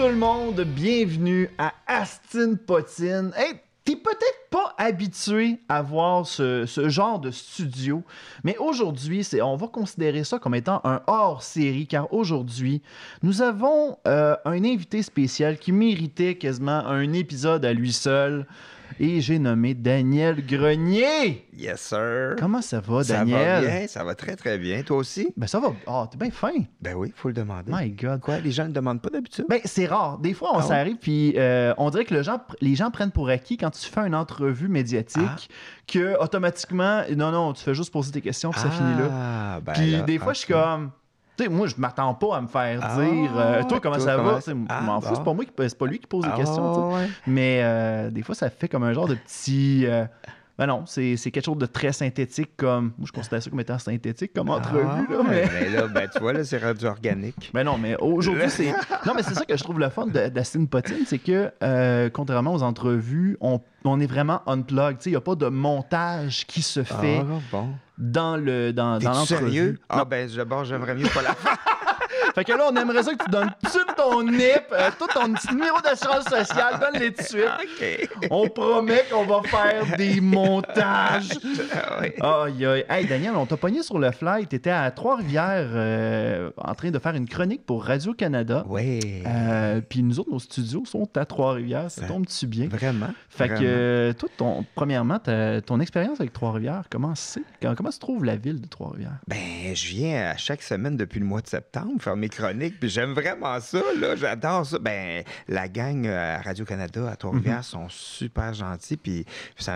tout le monde, bienvenue à Astin Potine. Hey, t'es peut-être pas habitué à voir ce genre de studio, mais aujourd'hui, on va considérer ça comme étant un hors-série, car aujourd'hui, nous avons un invité spécial qui méritait quasiment un épisode à lui seul, et j'ai nommé Daniel Grenier. Yes, sir. Comment ça va, Daniel? Ça va bien, ça va très, très bien. Toi aussi? Ben ça va. Ah, t'es bien fin. Ben oui, il faut le demander. My God. Quoi, les gens ne le demandent pas d'habitude? Ben, c'est rare. Des fois, ça arrive, puis on dirait que les gens prennent pour acquis quand tu fais une entrevue médiatique que automatiquement, non, tu fais juste poser tes questions, puis ça finit là. Ben Puis là, des fois, je suis comme... Tu sais, moi, je m'attends pas à me faire dire toi, comment ça va? Je m'en fous, c'est pas lui qui pose les questions. Ouais. Mais des fois, ça fait comme un genre de petit... Ben non, c'est quelque chose de très synthétique comme... Moi, je considère ça comme étant synthétique comme entrevue. Là, mais... Ben, tu vois, là, c'est rendu organique. Ben non, mais aujourd'hui, c'est... Non, mais c'est ça que je trouve le fun d'Astin Potine, c'est que, contrairement aux entrevues, on est vraiment unplugged. Il n'y a pas de montage qui se fait dans l'entrevue. Sérieux? Non. Ben, d'abord, j'aimerais mieux pas la faire. Fait que là, on aimerait ça que tu donnes tout de suite ton NIP, tout ton petit numéro d'assurance sociale, donne-les tout de suite. OK. On promet qu'on va faire des montages. Oui. Aïe, aïe. Hey, Daniel, on t'a pogné sur le fly. T'étais à Trois-Rivières en train de faire une chronique pour Radio-Canada. Oui. Puis nous autres, nos studios sont à Trois-Rivières. Ça tombe-tu bien? Vraiment? Fait que, toi, premièrement, ton expérience avec Trois-Rivières, comment c'est? Comment se trouve la ville de Trois-Rivières? Ben, je viens à chaque semaine depuis le mois de septembre faire mes chroniques, puis j'aime vraiment ça, là. J'adore ça. Ben, la gang à Radio-Canada à Trois-Rivières sont super gentils, puis ça,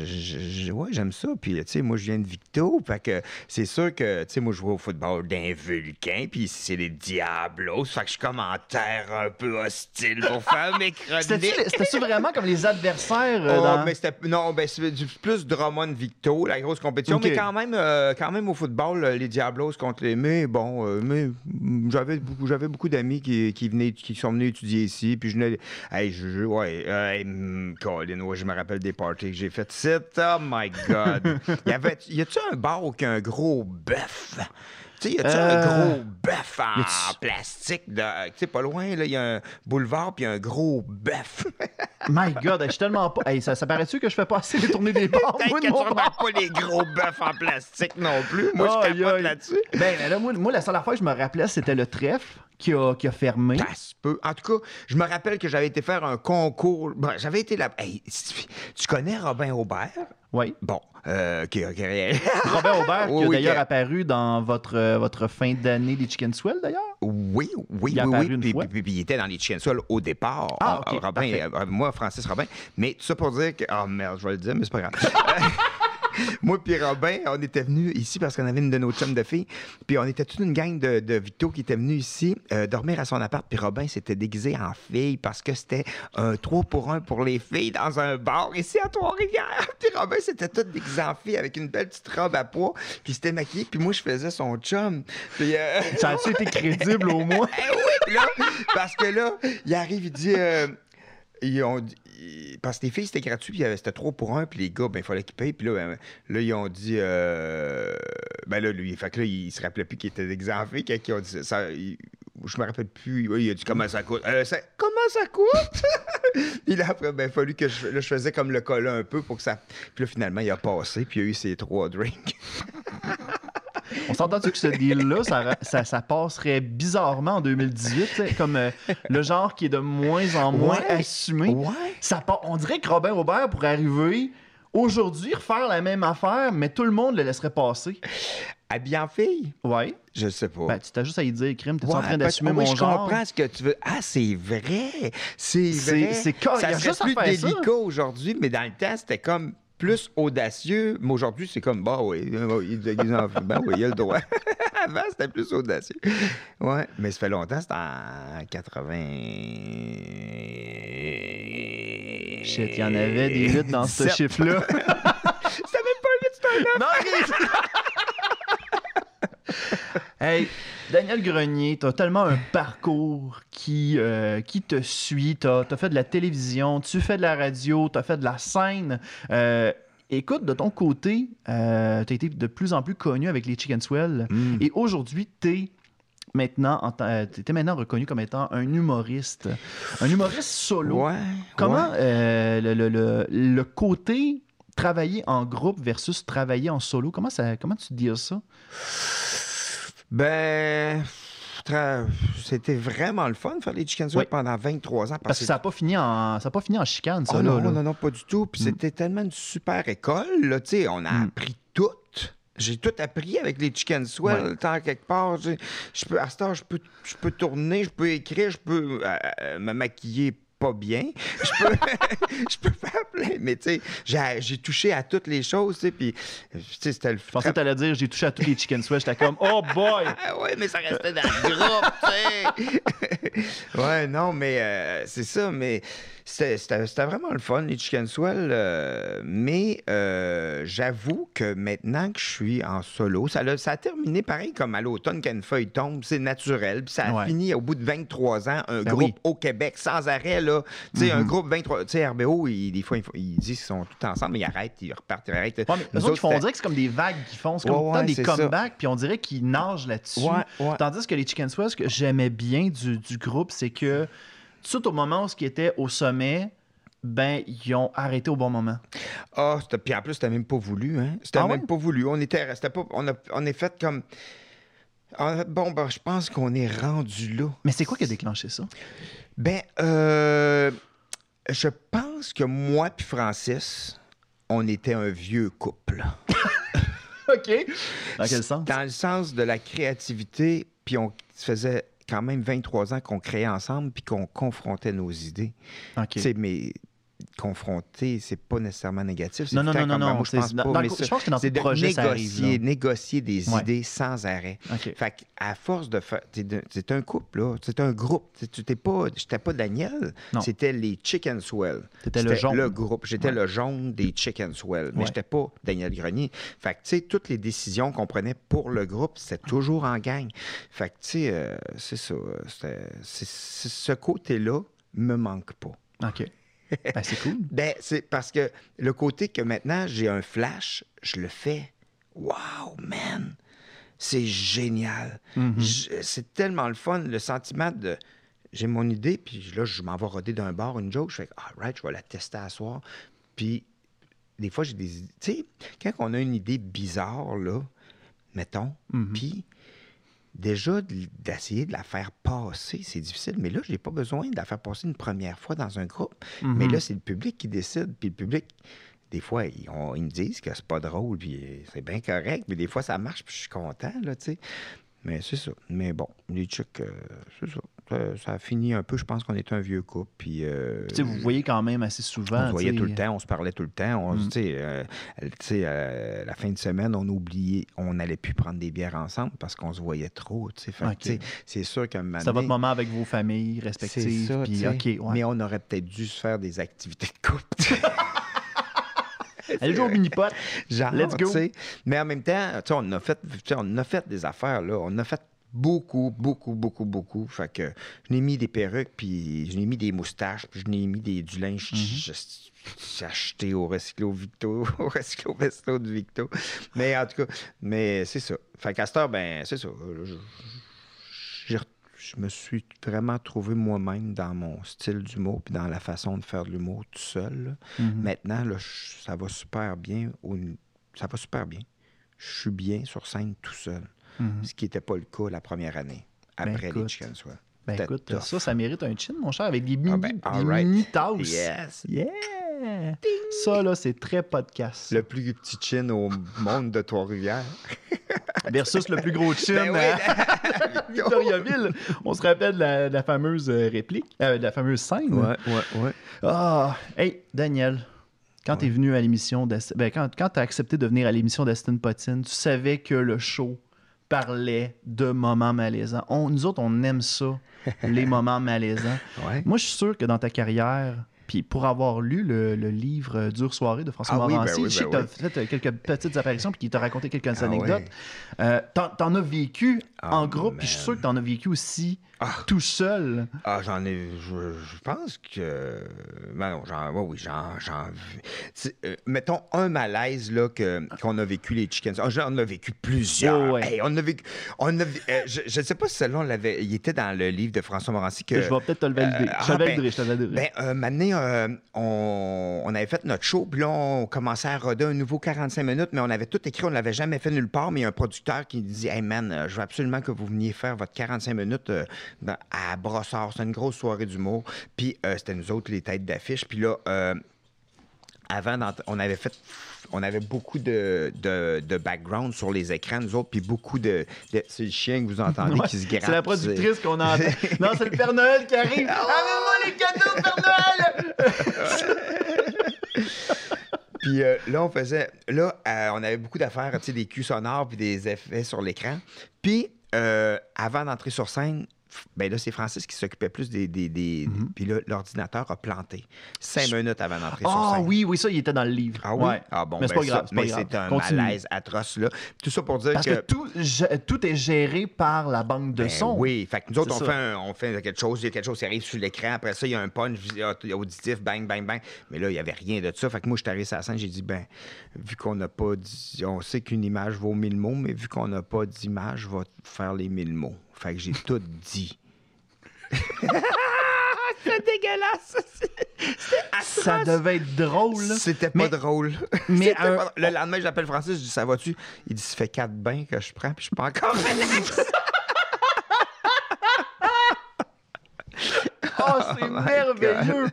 ouais, j'aime ça. Puis, tu sais, moi, je viens de Victo, fait que c'est sûr que, tu sais, moi, je joue au football d'un Vulcain, puis ici, c'est les Diablos, fait que je suis comme en terre un peu hostile pour faire mes chroniques. C'était-tu vraiment comme les adversaires mais c'est plus Drummond-Victo, la grosse compétition, Okay. mais quand même au football, les Diablos contre les... Mais bon, j'avais beaucoup d'amis qui sont venus étudier ici, puis je venais... Colin, ouais, je me rappelle des parties que j'ai faites. Oh my God! Y a-tu un bar où il y a un gros bœuf? Tu sais, y a-tu un gros bœuf en plastique? Tu sais, pas loin, là, il y a un boulevard puis un gros bœuf. My God, je suis tellement pas... Hey, ça paraît-tu que je fais pas assez les tournées des bars? Peut-être que tu remarques pas les gros bœufs en plastique non plus. Moi, je capote là-dessus. Ben là, moi, la seule affaire que je me rappelais, c'était le trèfle qui a fermé. Ça se peut. En tout cas, je me rappelle que j'avais été faire un concours. Bon, j'avais été là... Hey, tu connais Robin Aubert? Oui. Bon, OK. Robin Aubert, qui a d'ailleurs apparu dans votre fin d'année des Chicken Swell, d'ailleurs? Oui. Puis il était dans les Chicken Swell au départ. OK, Robin, moi, Francis Robin. Mais tout ça pour dire que... Oh merde, je vais le dire, mais c'est pas grave. Moi puis Robin, on était venus ici parce qu'on avait une de nos chums de filles. Puis on était toute une gang de Victo qui était venus ici dormir à son appart. Puis Robin s'était déguisé en fille parce que c'était un 3 pour 1 pour les filles dans un bar ici à Trois-Rivières. Puis Robin s'était tout déguisé en fille avec une belle petite robe à pois. Puis il s'était maquillé. Puis moi, je faisais son chum. Puis, ça a-tu été crédible au moins? Oui, puis là, parce que là, il arrive, il dit... parce que les filles, c'était gratuit, puis c'était 3 pour 1, puis les gars, ben, il fallait qu'ils payent. Puis là, ils ont dit... ben là, lui, fait que là, il se rappelait plus qu'il était déguisé en fille. Quand ils ont dit ça, je me rappelle plus. Il a dit comment ça coûte. Comment ça coûte? Puis là, après, ben, il a fallu que je faisais comme le collat un peu pour que ça... Puis là, finalement, il a passé, puis il a eu ses 3 drinks. On s'entend-tu que ce deal-là, ça passerait bizarrement en 2018, comme le genre qui est de moins en moins assumé. Ouais. On dirait que Robin Aubert pourrait arriver aujourd'hui, refaire la même affaire, mais tout le monde le laisserait passer. Habillé en fille? Oui. Je sais pas. Ben, tu t'as juste à y dire, crime, t'es en train d'assumer mon genre? Je comprends ce que tu veux. Ah, c'est vrai! C'est vrai! Ça serait plus délicat aujourd'hui, mais dans le temps, c'était comme... plus audacieux, mais aujourd'hui, c'est comme, bah oui, il est déguisé en fille. Ben oui, il a le droit. Avant, c'était plus audacieux. Ouais, mais ça fait longtemps, c'était en 80... Shit, il y en avait des 8 dans ce chiffre-là. C'était même pas un 8, c'était un 9. Non, Hey, Daniel Grenier, t'as tellement un parcours qui te suit. T'as fait de la télévision, tu fais de la radio, t'as fait de la scène. Écoute, de ton côté, t'as été de plus en plus connu avec les Chicken Swell. Et aujourd'hui, t'es maintenant, t'étais maintenant reconnu comme étant un humoriste solo. Ouais. Comment ouais. le côté travailler en groupe versus travailler en solo, comment tu dis ça? Ben, c'était vraiment le fun de faire les Chicken Sweat pendant 23 ans. Parce que ça n'a pas fini en chicane, ça. Oh, là, non, pas du tout. Puis c'était tellement une super école. Là, on a appris tout. J'ai tout appris avec les Chicken Swell, tant quelque part. À cette heure, je peux tourner, je peux écrire, je peux me maquiller pas bien. Je peux faire plein. Mais tu sais, j'ai touché à toutes les choses, tu sais, puis c'était le... Je pensais que t'allais dire j'ai touché à tous les Chicken Swell. J'étais comme, oh boy! Oui, mais ça restait dans le groupe, tu sais. Ouais, non, mais c'est ça, mais c'était vraiment le fun, les Chicken Swell. Mais j'avoue que maintenant que je suis en solo, ça a terminé pareil comme à l'automne quand une feuille tombe, c'est naturel. Puis ça a fini au bout de 23 ans, un groupe au Québec, sans arrêt, là. Tu sais, un groupe 23... Tu sais, RBO, des fois, ils disent qu'ils sont tout ensemble, mais ils arrêtent, ils repartent, ils arrêtent. Ouais, mais eux autres, on dirait que c'est comme des vagues qu'ils font. C'est comme des comebacks, puis on dirait qu'ils nagent là-dessus. Ouais. Tandis que les Chicken Swell, ce que j'aimais bien du groupe, c'est que tout au moment où ils étaient au sommet, ben, ils ont arrêté au bon moment. Ah, puis en plus, c'était même pas voulu, hein? C'était même pas voulu. On est fait comme... Bon, ben, je pense qu'on est rendu là. Mais c'est quoi qui a déclenché ça? Ben, je pense que moi puis Francis, on était un vieux couple. OK. Dans quel sens? Dans le sens de la créativité, puis on faisait quand même 23 ans qu'on créait ensemble puis qu'on confrontait nos idées. OK. Tu sais, mais confronter, c'est pas nécessairement négatif. Non. Moi, je pense pas. Mais je pense que dans c'est ton projet, ça arrive. Négocier des idées sans arrêt. OK. Fait qu'à force de faire... C'est un couple, là. C'est un groupe. J'étais pas Daniel. Non. C'était les Chicken Swell. C'était le jaune. Le groupe. J'étais le jaune des Chicken Swell. Mais j'étais pas Daniel Grenier. Fait que, tu sais, toutes les décisions qu'on prenait pour le groupe, c'était toujours en gang. Fait que, tu sais, c'est ça. Ce côté-là me manque pas. OK. Ben, c'est cool. Ben, c'est parce que le côté que maintenant, j'ai un flash, je le fais. Wow, man! C'est génial. C'est tellement le fun, le sentiment de... J'ai mon idée, puis là, je m'en vais roder d'un bar une joke, je fais « Ah, right, je vais la tester à soir. » Puis, des fois, j'ai des... Tu sais, quand on a une idée bizarre, là, mettons, puis... Déjà, d'essayer de la faire passer, c'est difficile. Mais là, je n'ai pas besoin de la faire passer une première fois dans un groupe. Mais là, c'est le public qui décide. Puis le public, des fois, ils me disent que c'est pas drôle, puis c'est bien correct. Mais des fois, ça marche, puis je suis content, là, tu sais. Mais c'est ça. Mais bon, les Chick, c'est ça. Ça a fini un peu. Je pense qu'on était un vieux couple. Puis, vous voyez quand même assez souvent. On se voyait tout le temps, on se parlait tout le temps. La fin de semaine, on oubliait, on n'allait plus prendre des bières ensemble parce qu'on se voyait trop. C'est sûr qu'un moment c'est votre moment avec vos familles respectives. C'est ça, mais on aurait peut-être dû se faire des activités de couple. Allez jouer au mini-pot. Genre, let's go. Mais en même temps, on a fait des affaires, là. On a fait beaucoup. Fait que je n'ai mis des perruques, puis je n'ai mis des moustaches, puis je n'ai mis du linge j'ai acheté au Recyclo Victo, au Recyclo Vesto de Victo. Mais en tout cas, c'est ça. Fait qu'à cette heure, ben, c'est ça. Je me suis vraiment trouvé moi-même dans mon style d'humour puis dans la façon de faire de l'humour tout seul. Maintenant, là, ça va super bien. Ça va super bien. Je suis bien sur scène tout seul. Ce qui n'était pas le cas la première année, après les Chicken Swell. Ben écoute, ça mérite un chin, mon cher, avec des mini-tasses. Yes! Yeah! Ding. Ça, là, c'est très podcast. Le plus petit chin au monde de Trois-Rivières. Versus le plus gros chin à Victoriaville. On se rappelle de la fameuse réplique, de la fameuse scène. Ouais. Ah! Hey, Daniel, quand tu es venu à l'émission, quand tu as accepté de venir à l'émission d'Astin Potine, tu savais que le show parlait de moments malaisants. Nous autres, on aime ça, les moments malaisants. Ouais. Moi, je suis sûr que dans ta carrière, Puis pour avoir lu le livre Dure soirée de François Ah oui, ben Morancy, oui, je sais ben que oui. tu as fait quelques petites apparitions puis qu'il t'a raconté quelques Ah anecdotes. T'en as vécu en Oh, groupe, puis je suis sûr que t'en as vécu aussi Ah. tout seul. Ah, j'en ai. Je pense que. Ben non, oui, j'en. Mettons un malaise là, qu'on a vécu les Chickens. Ah, on a vécu plusieurs. Oh, ouais. Hey, je ne sais pas si celle-là, il était dans le livre de François Morancy. Que, Je vais peut-être te le valider. Je te le validerai. Ben, un moment donné, on avait fait notre show, puis là, on commençait à roder un nouveau 45 minutes, mais on avait tout écrit, on ne l'avait jamais fait nulle part, mais il y a un producteur qui dit « Hey man, je veux absolument que vous veniez faire votre 45 minutes à Brossard. » C'était une grosse soirée d'humour. Puis c'était nous autres, les têtes d'affiche. Puis là, avant, on avait beaucoup de background sur les écrans, nous autres, puis beaucoup de c'est le chien que vous entendez qui se gratte. C'est la productrice qu'on entend. Non, c'est le Père Noël qui arrive. Amène-moi les cadeaux, Père Noël! Puis là, on avait beaucoup d'affaires, tu sais, des cues sonores puis des effets sur l'écran. Puis, avant d'entrer sur scène, ben là, c'est Francis qui s'occupait plus des... Puis là, l'ordinateur a planté 5 minutes avant d'entrer sur scène. Ah oui, ça, il était dans le livre. Ah oui? Ouais. Ah bon, mais c'est pas grave. mais c'est un Continue. malaise atroce, là. Tout ça pour dire Parce que tout est géré par la banque de Ben son. oui, fait que nous autres, C'est on fait quelque chose, il y a quelque chose qui arrive sur l'écran. Après ça, il y a un punch auditif, bang, bang, bang. Mais là, il n'y avait rien de ça. Fait que moi, je suis arrivé sur la scène, j'ai dit, ben, vu qu'on n'a pas dit, on sait qu'une image vaut 1000 mots, mais vu qu'on n'a pas d'image, je vais faire les 1000 mots. Fait que j'ai tout dit. C'était dégueulasse. C'était atroce. Ça devait être drôle. C'était pas drôle. Mais le lendemain, j'appelle Francis, je dis, ça va-tu? Il dit, ça fait 4 bains que je prends, puis je suis pas encore relax. Oh, c'est merveilleux!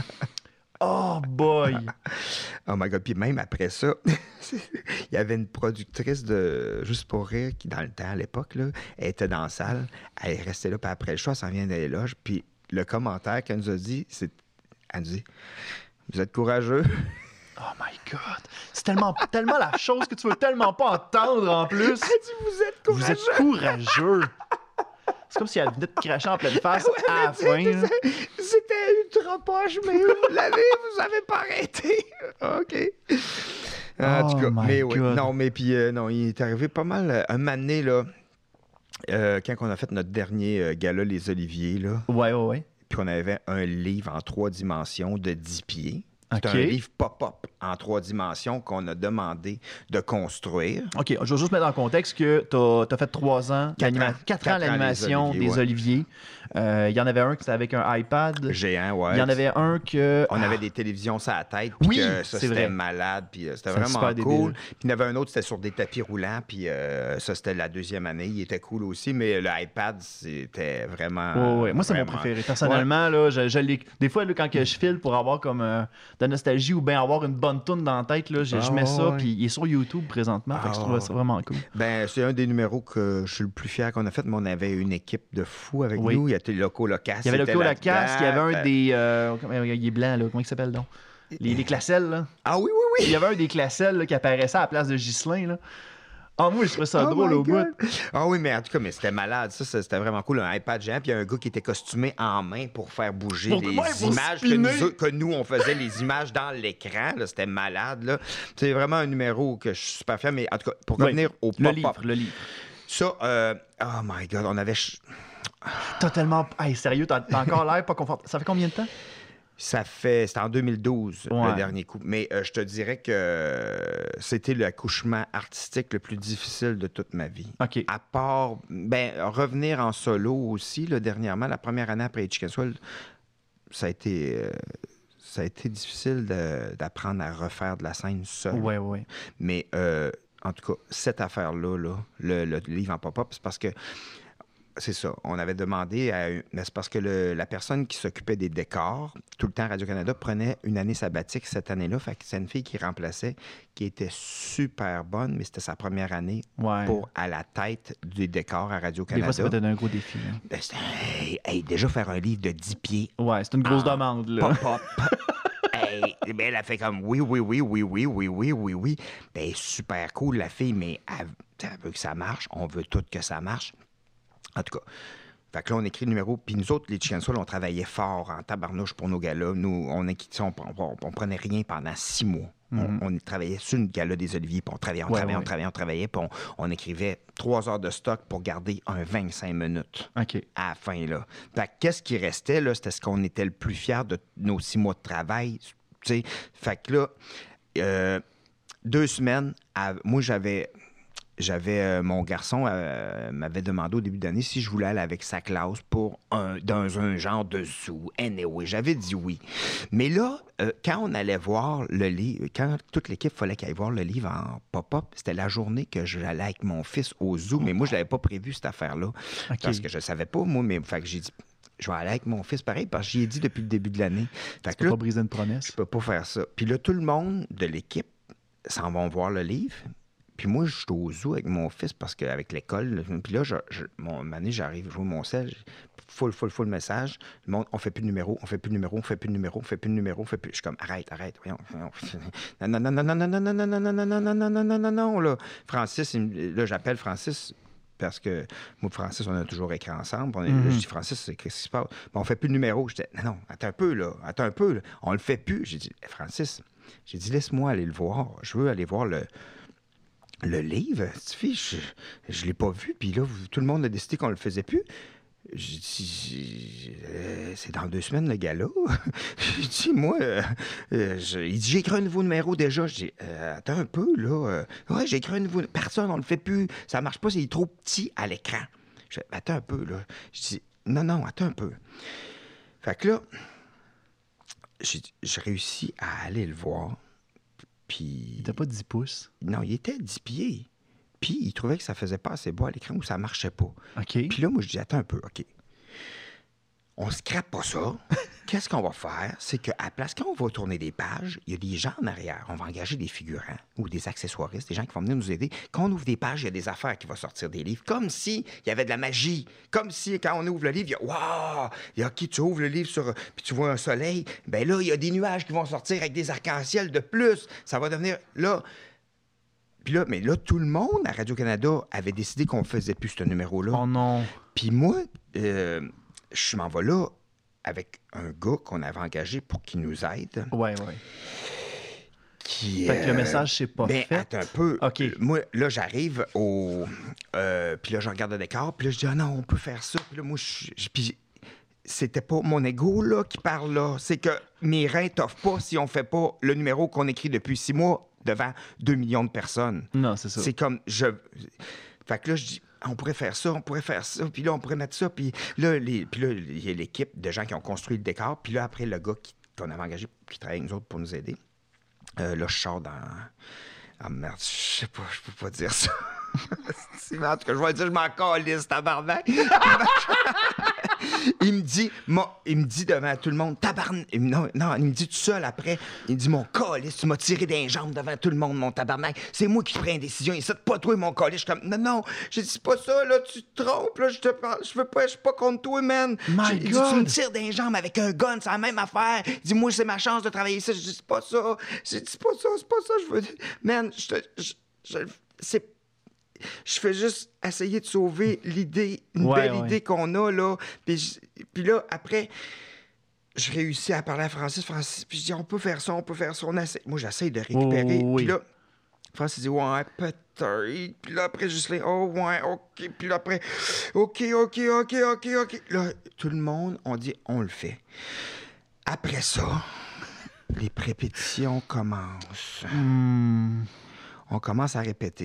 Oh boy! Oh my God. Puis même après ça, il y avait une productrice de Juste pour rire qui, dans le temps, à l'époque, là, elle était dans la salle. Elle est restée là, puis après le show, elle s'en vient des loges. Puis le commentaire qu'elle nous a dit, elle nous dit « Vous êtes courageux. » Oh my God! C'est tellement la chose que tu veux tellement pas entendre en plus. Elle dit « Vous êtes courageux. » Vous êtes courageux. C'est comme si elle venait de cracher en pleine face à la fin. C'était ultra poche, mais vous avez pas arrêté. OK. En tout cas, mais oui. Non, mais puis, non, il est arrivé pas mal. Un moment donné, là, quand on a fait notre dernier gala, Les Oliviers, là. Ouais. Puis on avait un livre en 3 dimensions de 10 pieds. C'est OK. un livre pop-up en 3 dimensions qu'on a demandé de construire. OK, je vais juste mettre en contexte que tu as fait 3 ans, 4 ans l'animation des Oliviers. Il y en avait un qui était avec un iPad. Géant, ouais. Il y en avait un que... On avait des télévisions sur la tête. Puis Oui, ça, c'est c'était vrai. malade. Puis c'était C'était vraiment super cool. débile. Puis il y en avait un autre, c'était sur des tapis roulants. Puis ça, c'était la 2e année. Il était cool aussi. Mais le iPad, c'était vraiment... Ouais. Moi, c'est mon préféré. Personnellement, là, je l'ai... Des fois, là, quand que je file pour avoir comme de la nostalgie ou bien avoir une bonne toune dans la tête, là, je mets ça. ouais. Puis il est sur YouTube présentement. Fait que je trouve ça vraiment cool. Ben, c'est un des numéros que je suis le plus fier qu'on a fait, mais on avait une équipe de fous avec Oui. nous. Il y avait Loco Locas. Il y avait le Lacasse, il y avait un des... il est blanc, là. Comment il s'appelle donc? Les Classelles, là. Ah oui. Il y avait un des Classelles là, qui apparaissait à la place de Ghislain, là. Ah, moi, je trouvais ça drôle my au bout. God. Ah oui, mais en tout cas, c'était malade. Ça, c'était vraiment cool. Un iPad géant, puis il y a un gars qui était costumé en main pour faire bouger les images que nous, on faisait les images dans l'écran. Là, c'était malade. Là. C'est vraiment un numéro que je suis super fier. Mais en tout cas, pour revenir au pop-up. Le livre. Ça, oh my God, on avait... T'as tellement... Hey, sérieux, t'as encore l'air pas confortable. Ça fait combien de temps? C'était en 2012, Ouais. le dernier coup. Mais je te dirais que c'était l'accouchement artistique le plus difficile de toute ma vie. OK. À part, revenir en solo aussi, là, dernièrement, la première année après Chicken Swell, ça a été difficile d'apprendre à refaire de la scène seul. Ouais. Mais en tout cas, cette affaire-là, le livre en pop-up, c'est parce que c'est ça. On avait demandé mais c'est parce que la personne qui s'occupait des décors, tout le temps Radio-Canada, prenait une année sabbatique cette année-là. Fait que c'est une fille qui remplaçait, qui était super bonne, mais c'était sa première année à la tête des décors à Radio-Canada. Des fois, ça peut être un gros défi. Hein. Ben, déjà faire un livre de 10 pieds. Ouais, c'est une grosse demande, là. Pop-up. Ben, elle a fait comme oui. Ben, super cool, la fille, mais elle veut que ça marche. On veut tout que ça marche. En tout cas, Fait que là, on écrit le numéro. Puis nous autres, les Chicken Soul, on travaillait fort en tabarnouche pour nos galas. Nous, on prenait rien pendant 6 mois. On travaillait sur une gala des Oliviers, puis on travaillait, puis on écrivait 3 heures de stock pour garder un 25 minutes à la fin, là. Fait que qu'est-ce qui restait, là, c'était ce qu'on était le plus fiers de nos 6 mois de travail, tu sais. Fait que là, 2 semaines, moi, j'avais mon garçon m'avait demandé au début d'année si je voulais aller avec sa classe dans un genre de zoo. Anyway, j'avais dit oui. Mais là, quand on allait voir le livre, quand toute l'équipe fallait qu'elle aille voir le livre en pop-up, c'était la journée que j'allais avec mon fils au zoo. Mais moi, je l'avais pas prévu, cette affaire-là. Parce que je savais pas, moi, mais fait que j'ai dit... Je vais aller avec mon fils pareil, parce que j'y ai dit depuis le début de l'année. Tu peux pas briser une promesse? Je peux pas faire ça. Puis là, tout le monde de l'équipe s'en vont voir le livre. Puis moi, je suis au zoo avec mon fils parce qu'avec l'école, puis là, une année, j'arrive, je vois mon sel, full message. Le monde, on fait plus de numéro, on fait plus de numéro, on fait plus de numéro, on fait plus de numéro, on fait plus. Je suis comme, arrête, voyons. Non, là. Francis, là, j'appelle Francis parce que moi et Francis, on a toujours écrit ensemble. Là, je dis, Francis, qu'est-ce qui se passe? Bon, on fait plus de numéro. Je dis, non, attends un peu, là. On le fait plus. J'ai dit, Francis, laisse-moi aller le voir. Je veux aller voir le livre, je l'ai pas vu, puis là, tout le monde a décidé qu'on le faisait plus. J'ai dit, c'est dans 2 semaines, le gala. J'ai dit, moi, il dit, j'ai écrit un nouveau numéro déjà. J'ai dit, attends un peu, là. Ouais, j'ai écrit un nouveau. Personne, on le fait plus. Ça marche pas, c'est trop petit à l'écran. Je dis, attends un peu, là. Je dis, non, attends un peu. Fait que là, j'ai réussi à aller le voir. Puis... Il était pas 10 pouces? Non, il était 10 pieds. Puis il trouvait que ça faisait pas assez beau à l'écran ou ça marchait pas. OK. Puis là, moi, je dis, attends un peu, OK. On scrape pas ça. Qu'est-ce qu'on va faire? C'est qu'à la place, quand on va tourner des pages, il y a des gens en arrière. On va engager des figurants ou des accessoiristes, des gens qui vont venir nous aider. Quand on ouvre des pages, il y a des affaires qui vont sortir des livres. Comme s'il y avait de la magie. Comme si, quand on ouvre le livre, il y a « Wow! » Il y a qui tu ouvres le livre puis tu vois un soleil. Bien là, il y a des nuages qui vont sortir avec des arcs-en-ciel de plus. Ça va devenir... Là... Puis là, mais là, tout le monde à Radio-Canada avait décidé qu'on faisait plus ce numéro-là. Oh non! Puis moi... je m'en vais là avec un gars qu'on avait engagé pour qu'il nous aide. Ouais. Fait que le message, c'est pas fait. Attends un peu. OK. Moi, là, j'arrive au... puis là, je regarde le décor, puis là, je dis, ah non, on peut faire ça. Puis là, moi, puis c'était pas mon ego, là, qui parle là. C'est que mes reins t'offrent pas si on fait pas le numéro qu'on écrit depuis 6 mois devant 2 millions de personnes. Non, c'est ça. C'est comme... Fait que là, je dis... On pourrait faire ça, puis là, on pourrait mettre ça, puis là, il y a l'équipe de gens qui ont construit le décor, puis là, après, le gars qu'on avait engagé, qui travaille avec nous autres pour nous aider, là, je sors dans... Ah, merde, je sais pas, je peux pas dire ça. En tout cas, je vais dire, je m'en calisse, tabarnak. Il me dit devant tout le monde, tabarnak. Non, il me dit tout seul après. Il me dit, mon calice, tu m'as tiré des jambes devant tout le monde, mon tabarnak. C'est moi qui prends une décision. Il pas toi, mon calice. Je suis comme, non, j'ai dit, c'est pas ça, là, tu te trompes, là, je te parle, je suis pas contre toi, man. Il dit, tu me tires des jambes avec un gun, c'est la même affaire. Il dit, moi, c'est ma chance de travailler ça. Je dis, c'est pas ça. J'ai dit, c'est pas ça, je veux. Man, je fais juste essayer de sauver l'idée, une belle idée qu'on a, là. Puis là, après, je réussis à parler à Francis, puis je dis, on peut faire ça. Moi, j'essaie de récupérer. Puis là, Francis dit, ouais, peut-être. Puis là, après, juste les, oh, ouais, OK. Puis là, après, OK. Là, tout le monde, on dit, on le fait. Après ça, les répétitions commencent. On commence à répéter.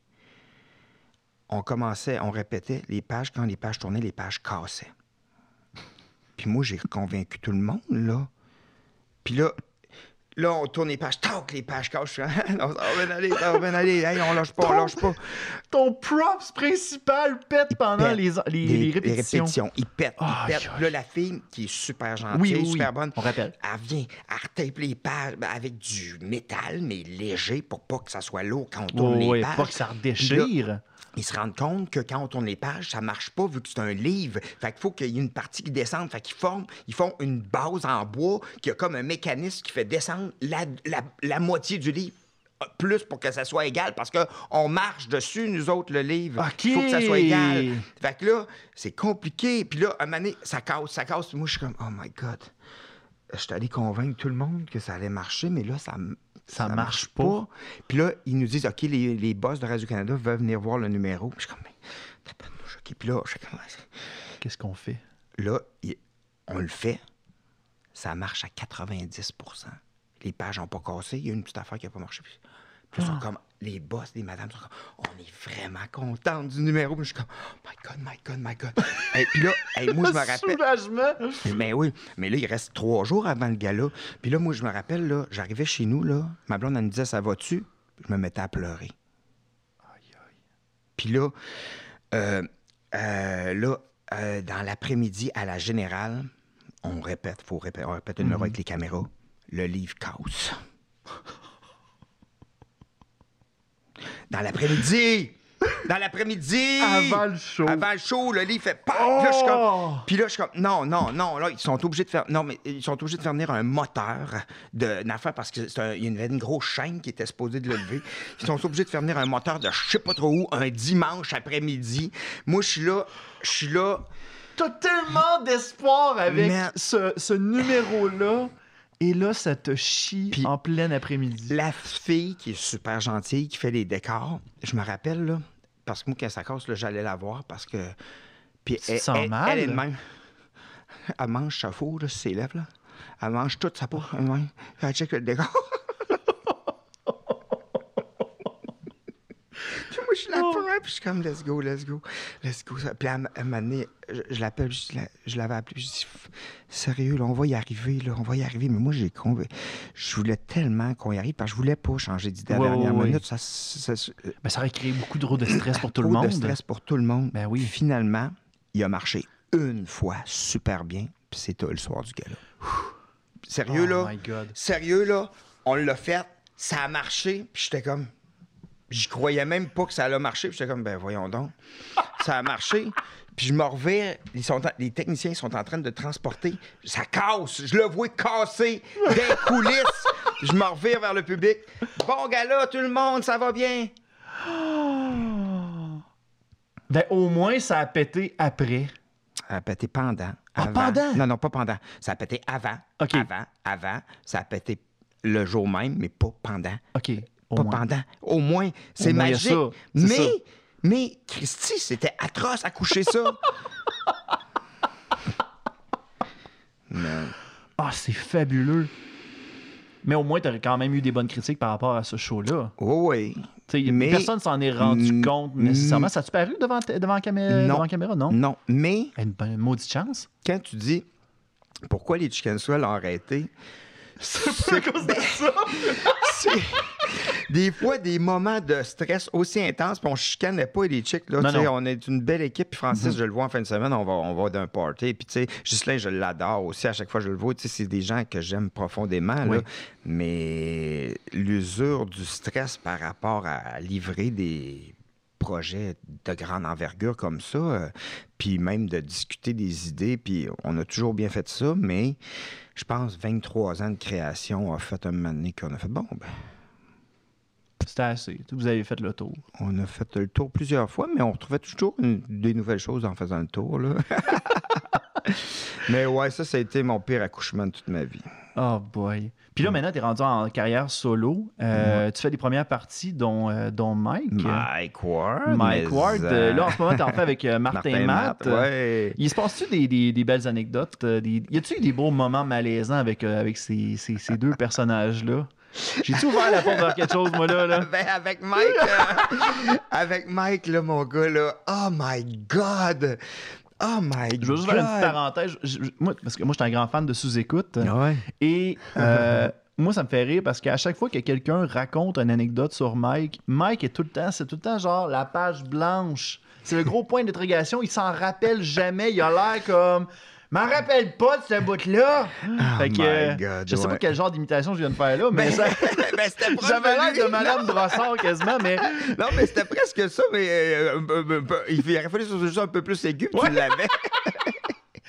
On répétait les pages. Quand les pages tournaient, les pages cassaient. Puis moi, j'ai convaincu tout le monde, là. Puis là, on tourne les pages. Tac, les pages cassent. Ça va bien aller. Hey, on lâche pas. Ton props principal pète pendant les répétitions. Il pète. Là, la fille, qui est super gentille, super bonne, on rappelle. Elle vient, elle retape les pages avec du métal, mais léger, pour pas que ça soit lourd quand on tourne les pages. Pas que ça redéchire. Ils se rendent compte que quand on tourne les pages, ça marche pas vu que c'est un livre. Fait qu'il faut qu'il y ait une partie qui descende. Fait qu'ils font une base en bois qui a comme un mécanisme qui fait descendre la moitié du livre plus pour que ça soit égal parce qu'on marche dessus, nous autres, le livre. OK. Il faut que ça soit égal. Fait que là, c'est compliqué. Puis là, à un moment donné, ça casse. Puis moi, je suis comme, oh my God. Je suis allé convaincre tout le monde que ça allait marcher, mais là, ça marche pas. Puis là, ils nous disent, OK, les boss de Radio-Canada veulent venir voir le numéro. Puis je suis comme, mais t'as pas de mouche. OK. Puis là, je suis comme, Qu'est-ce qu'on fait? là, on le fait. Ça marche à 90 %. Les pages n'ont pas cassé. Il y a une petite affaire qui n'a pas marché. Puis là, ils sont comme, les boss, les madames sont comme, on est vraiment contents du numéro. Puis je suis comme, oh my God. Et puis là, moi, je me rappelle. Soulagement! Mais oui, mais là, il reste 3 jours avant le gala. Puis là, moi, je me rappelle, là, j'arrivais chez nous, là, ma blonde, elle me disait, ça va-tu? Je me mettais à pleurer. Puis là, dans l'après-midi, à la Générale, on répète le numéro avec les caméras. Le livre casse. Dans l'après-midi! Avant le show! Avant le show, le livre fait pas. Oh! Puis là, je suis comme. Non. Là, ils sont obligés de faire. Non, mais ils sont obligés de faire venir un moteur d'une affaire parce qu'il y avait une grosse chaîne qui était supposée de le lever. Ils sont obligés de faire venir un moteur de je sais pas trop où un dimanche après-midi. Moi, je suis là. T'as tellement d'espoir avec Mais- ce numéro-là. Et là, ça te chie Puis- en plein après-midi. La fille qui est super gentille, qui fait les décors, je me rappelle, là, parce que moi, quand ça casse, là, j'allais la voir parce que. Puis Tu te sens mal? Elle est de même. Elle mange sa faux, là, sur ses lèvres, là. Elle mange toute sa peau, elle-même. Elle check le décor. Puis moi, je l'appelle, puis je suis comme, let's go. Puis à un moment donné, je l'appelle, je l'avais appelé, je dis, sérieux, là, on va y arriver. Mais moi, je voulais tellement qu'on y arrive, parce que je voulais pas changer d'idée à la dernière minute. Ben, ça aurait créé beaucoup trop de stress pour tout le Trop monde. de stress pour tout le monde. Ben oui. Puis finalement, il a marché une fois super bien, puis c'est le soir du gala. Sérieux, Oh là? my God. Sérieux, là? On l'a fait, ça a marché, puis j'étais comme... J'y croyais même pas que ça allait marcher, puis j'étais comme, ben voyons donc. Ça a marché, puis je me revais, les techniciens sont en train de transporter, ça casse, je le vois casser des coulisses. Je me revire vers le public. Bon gala, tout le monde, ça va bien? Ben, au moins, ça a pété après. Ça a pété pendant. Ah, Avant. pendant? Non, pas pendant. Ça a pété avant. OK. Avant. Ça a pété le jour même, mais pas pendant. OK. Au Pas moins. pendant. Au moins, c'est Au moins, il y a magique. ça. C'est ça. Mais, Christy, c'était atroce à coucher ça. Non. Ah, c'est fabuleux. Mais au moins, t'aurais quand même eu des bonnes critiques par rapport à ce show-là. Oh, oui. T'sais, Mais- personne s'en est rendu compte nécessairement. Ça a-tu paru devant caméra? Non. Non. Mais Une maudite chance. quand tu dis pourquoi les Chicken Swell ont arrêté, C'est à cause de ça. c'est des fois des moments de stress aussi intenses, puis on chicanait pas les chicks. Là, Non, tu sais, non. on est une belle équipe, puis Francis, je le vois en fin de semaine, on va d'un party, puis tu sais, Ghislain, je l'adore aussi, à chaque fois que je le vois, tu sais, c'est des gens que j'aime profondément, là. Oui. Mais l'usure du stress par rapport à livrer des projets de grande envergure comme ça, puis même de discuter des idées, puis on a toujours bien fait ça, mais je pense 23 ans de création a fait un moment donné qu'on a fait, bon, ben, C'était assez. Vous avez fait le tour. on a fait le tour plusieurs fois, mais on retrouvait toujours des nouvelles choses en faisant le tour, là. Mais ouais, ça a été mon pire accouchement de toute ma vie. Oh boy. Puis là, maintenant, t'es rendu en carrière solo. Tu fais des premières parties, dont Mike. Mike Ward. Mike Ward. Là, en ce moment, t'en fais avec Martin Matt. Ouais. Il se passe-tu des belles anecdotes? Y a-tu eu des beaux moments malaisants avec ces deux personnages-là? J'ai-tu ouvert la porte vers quelque chose, moi, là? Ben, avec Mike, là, mon gars, là, oh my God! Oh my God! Je veux juste faire une petite parenthèse. Parce que moi, je suis un grand fan de sous-écoute. Ouais. Et moi, ça me fait rire parce qu'à chaque fois que quelqu'un raconte une anecdote sur Mike, Mike c'est tout le temps genre la page blanche. C'est le gros point d'interrogation. Il s'en rappelle jamais. Il a l'air comme... M'en rappelle pas de ce bout-là. Fait que, my God, je sais pas ouais. quel genre d'imitation je viens de faire là, mais ça... Ben, c'était proche J'avais de l'air lui. de Madame Brossard quasiment, mais... Non, mais c'était presque ça, mais il aurait fallu que ce soit juste un peu plus aigu, puis tu l'avais.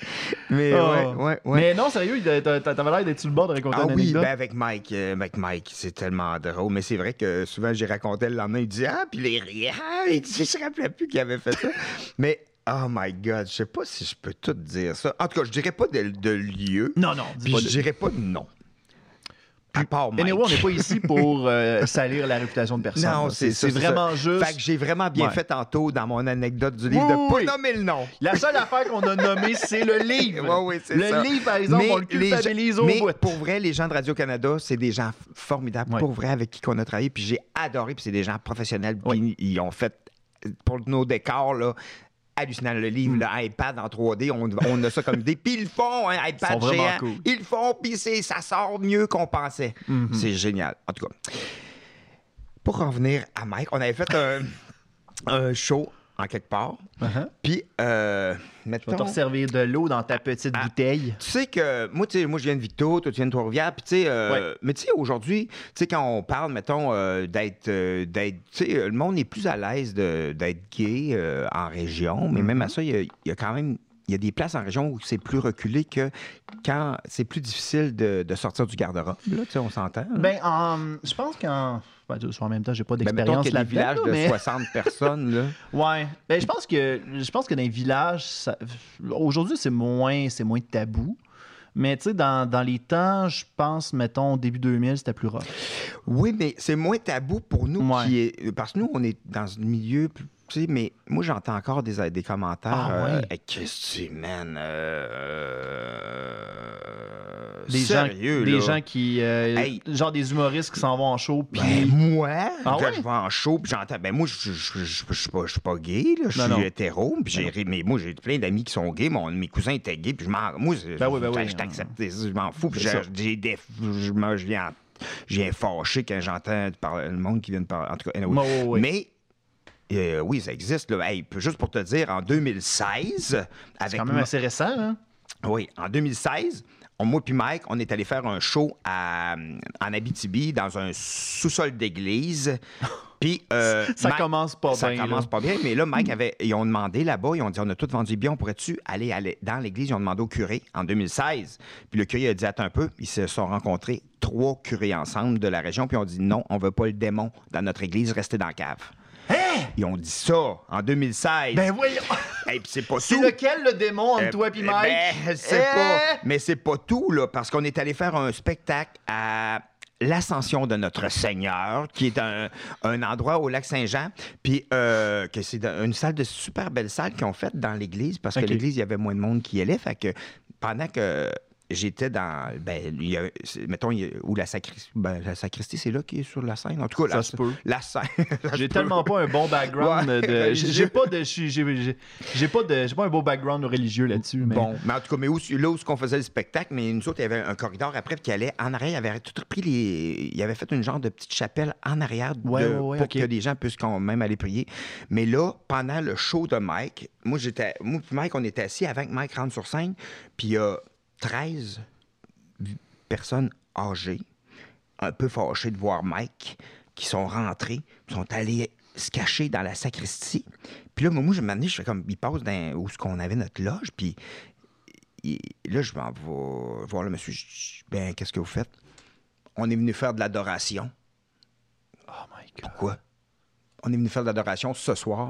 Mais ouais. Mais non, sérieux, t'avais l'air d'être sur le bord de raconter une anecdote. Ben avec Mike, c'est tellement drôle. Mais c'est vrai que souvent, j'ai raconté le lendemain, il dit « Ah! » Puis les riait. Il dit, je ne me rappelais plus qu'il avait fait ça. Mais, oh my God, je sais pas si je peux tout dire ça. En tout cas, je dirais pas de lieu. Non, Puis je dirais pas de nom. À part Mike. Anyway, on n'est pas ici pour salir la réputation de personne. Non, c'est vraiment ça. juste... Fait que j'ai vraiment bien fait tantôt dans mon anecdote du livre de pas nommer le nom. La seule affaire qu'on a nommée, c'est le livre. Oui, c'est ça. Le livre, par exemple, on le culpabilise au bout. Pour vrai, les gens de Radio-Canada, c'est des gens formidables. Pour vrai, avec qui on a travaillé. Puis j'ai adoré. Puis c'est des gens professionnels. Puis ils ont fait, pour nos décors, là, hallucinant. Le livre, le iPad en 3D, on a ça comme idée. Puis ils le font, un iPad géant. Cool. Ils le font, puis ça sort mieux qu'on pensait. C'est génial. En tout cas, pour revenir à Mike, on avait fait un show en quelque part. Puis, mettons... Je vais te servir de l'eau dans ta petite bouteille. Tu sais que, moi, je viens de Victo, toi, tu viens de Trois-Rivières, puis tu sais, mais tu sais, aujourd'hui, tu sais, quand on parle, mettons, d'être, tu sais, le monde est plus à l'aise d'être gay en région, mais même à ça, il y a quand même... Il y a des places en région où c'est plus reculé que quand c'est plus difficile de sortir du garde-robe. Là, tu sais, on s'entend. Ben, je pense qu'en... Ben, en même temps, j'ai pas d'expérience là-dedans. Des villages de 60 personnes, là. Ouais. Ben, je pense que dans les villages, aujourd'hui, c'est moins tabou. Mais tu sais, dans les temps, je pense, mettons, début 2000, c'était plus rough. Oui, mais c'est moins tabou pour nous parce que nous, on est dans un milieu... Tu sais, mais moi, j'entends encore des commentaires. Christy, man. Des gens qui... genre des humoristes qui s'en vont en show. Puis... Ben, moi, je vais en show, puis j'entends... Ben, moi, je suis pas gay, là. Je suis hétéro. Mais moi, j'ai plein d'amis qui sont gays. Mes cousins étaient gays, puis je m'en... Moi, je t'accepte. Je m'en fous. Puis je viens fâché quand j'entends le monde qui vient de parler. En tout cas, mais... oui, ça existe. Là. Hey, juste pour te dire, en 2016... C'est quand même assez récent, hein? Oui, en 2016, moi puis Mike, on est allé faire un show en Abitibi, dans un sous-sol d'église. Puis, ça commence pas bien. Ça commence pas bien, mais là, Mike ils ont demandé là-bas, ils ont dit, on a tout vendu les billets, on pourrait-tu aller dans l'église? Ils ont demandé au curé en 2016. Puis le curé a dit, attends un peu, ils se sont rencontrés 3 curés ensemble de la région, puis ils ont dit, non, on veut pas le démon dans notre église, restez dans la cave. Hein? Ils ont dit ça en 2016. Ben voyons! Hey, c'est pas c'est tout. lequel le démon entre toi et Mike? Ben, je sais pas. Mais c'est pas tout, là, parce qu'on est allé faire un spectacle à l'Ascension de notre Seigneur, qui est un endroit au lac Saint-Jean, puis que c'est une salle de super belle salle qu'ils ont faite dans l'église, parce que l'église, il y avait moins de monde qui y allait. Fait que pendant que j'étais dans... mettons, où la sacristie... la sacristie, c'est là qui est sur la scène. En tout cas, ça se peut. La scène. J'ai tellement pas un bon background de... J'ai pas un beau background religieux là-dessus. Mais... Bon, mais en tout cas, là où on faisait le spectacle, mais nous autres, il y avait un corridor après qui allait en arrière. Il avait tout repris il avait fait une genre de petite chapelle en arrière pour que les gens puissent quand même aller prier. Mais là, pendant le show de Mike, moi et Mike, on était assis avant que Mike rentre sur scène, puis il y a 13 personnes âgées, un peu fâchées de voir Mike, qui sont rentrées, sont allées se cacher dans la sacristie. Puis là, moi, je m'amenais, je fais comme, ils passent où est-ce qu'on avait notre loge, puis là, je m'en vais voir le monsieur, je dis, ben, qu'est-ce que vous faites? On est venu faire de l'adoration. Oh my God. Pourquoi? On est venu faire de l'adoration ce soir.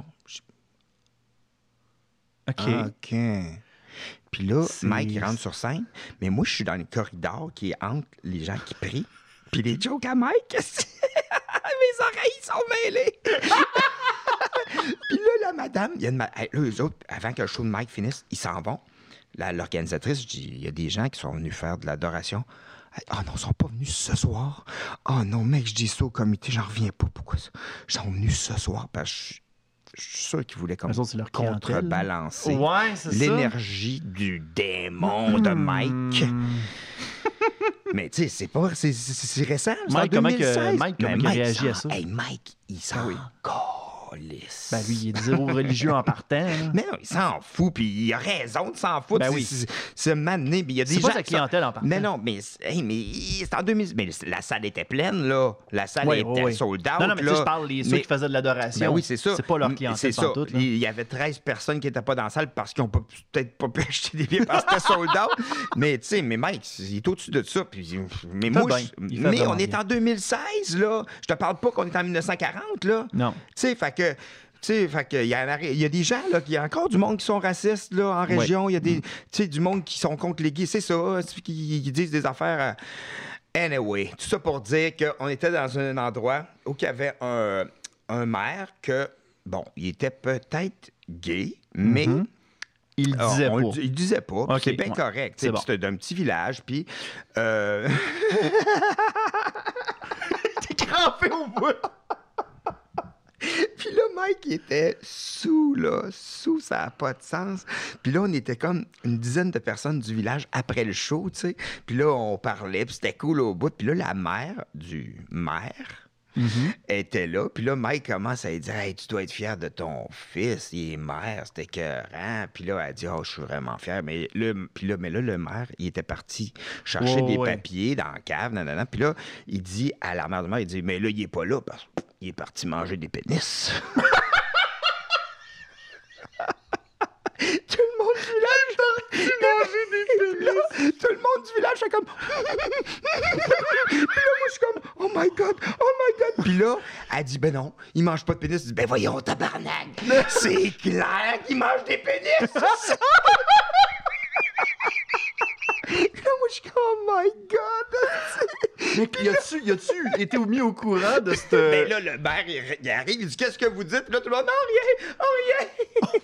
OK. Puis là, Mike, il rentre sur scène, mais moi, je suis dans le corridor qui est entre les gens qui prient, puis les jokes à Mike, mes oreilles sont mêlées. Puis là, la madame, eux autres, avant que le show de Mike finisse, ils s'en vont. L'organisatrice, je dis, il y a des gens qui sont venus faire de l'adoration. Ah non, ils sont pas venus ce soir. Ah non, mec, je dis ça au comité, j'en reviens pas. Pourquoi ça? Ils sont venus ce soir parce que je suis sûr qu'ils voulaient comme contrebalancer l'énergie du démon de Mike. Mais tu sais, c'est récent. Mike, comment il réagit à ça? Hey, Mike, il s'en Calisse. Ben lui, il est zéro religieux en partant. Là. Mais non, il s'en fout, puis il a raison de s'en foutre. Ben oui. C'est mané, puis il y a des C'est gens pas sa qui sont- clientèle en partant. Mais non, mais c'est en 2000. Mais la salle était pleine, là. La salle était sold out. Non, mais tu sais, là. je parle des ceux Mais- qui faisaient de l'adoration. Ben oui, c'est ça. C'est pas leur clientèle C'est ça. pantoute, là. Il y avait 13 personnes qui n'étaient pas dans la salle parce qu'ils n'ont peut-être pas pu acheter des billets parce que c'était sold out. Mais tu sais, mais Mike, il est au-dessus de ça. Puis, mais moi, Il fait mais vraiment on est bien. en 2016, là. Je te parle pas qu'on est en 1940, là. Non. Tu sais, fait que... il y a des gens, là, il y a encore du monde qui sont racistes, là, en région. Il y a des, tu sais, du monde qui sont contre les gays. C'est ça, qui disent des affaires. Anyway, tout ça pour dire qu'on était dans un endroit où il y avait un maire que, bon, il était peut-être gay, mais... Il le disait pas. Il disait pas. Ok, C'est bien ouais. correct. C'est bon. C'était d'un petit village, puis... T'es crampé au bout. Puis là, Mike, il était sous, ça n'a pas de sens. Puis là, on était comme une dizaine de personnes du village après le show, tu sais. Puis là, on parlait, puis c'était cool au bout. Puis là, la mère du maire était là. Puis là, Mike commence à lui dire « Hey, tu dois être fier de ton fils, il est maire, c'était écœurant. » Puis là, elle dit « Oh, je suis vraiment fier. » Mais là, le maire, il était parti chercher des papiers dans la cave, nanana. Puis là, il dit à la mère du maire, il dit « Mais là, il est pas là parce qu'il est parti manger des pénis. » Tout le monde du village manger des pénis. Tout le monde du village fait comme puis là moi je suis comme oh my god. Puis là elle dit ben non, il mange pas de pénis. Je dis ben voyons tabarnak. C'est clair qu'il mange des pénis. Là, moi, je suis comme, oh my God! Mais y a-tu été mis au courant de cette... Ben là, le maire, il arrive, il dit, qu'est-ce que vous dites? Puis là, tout le monde, non, rien!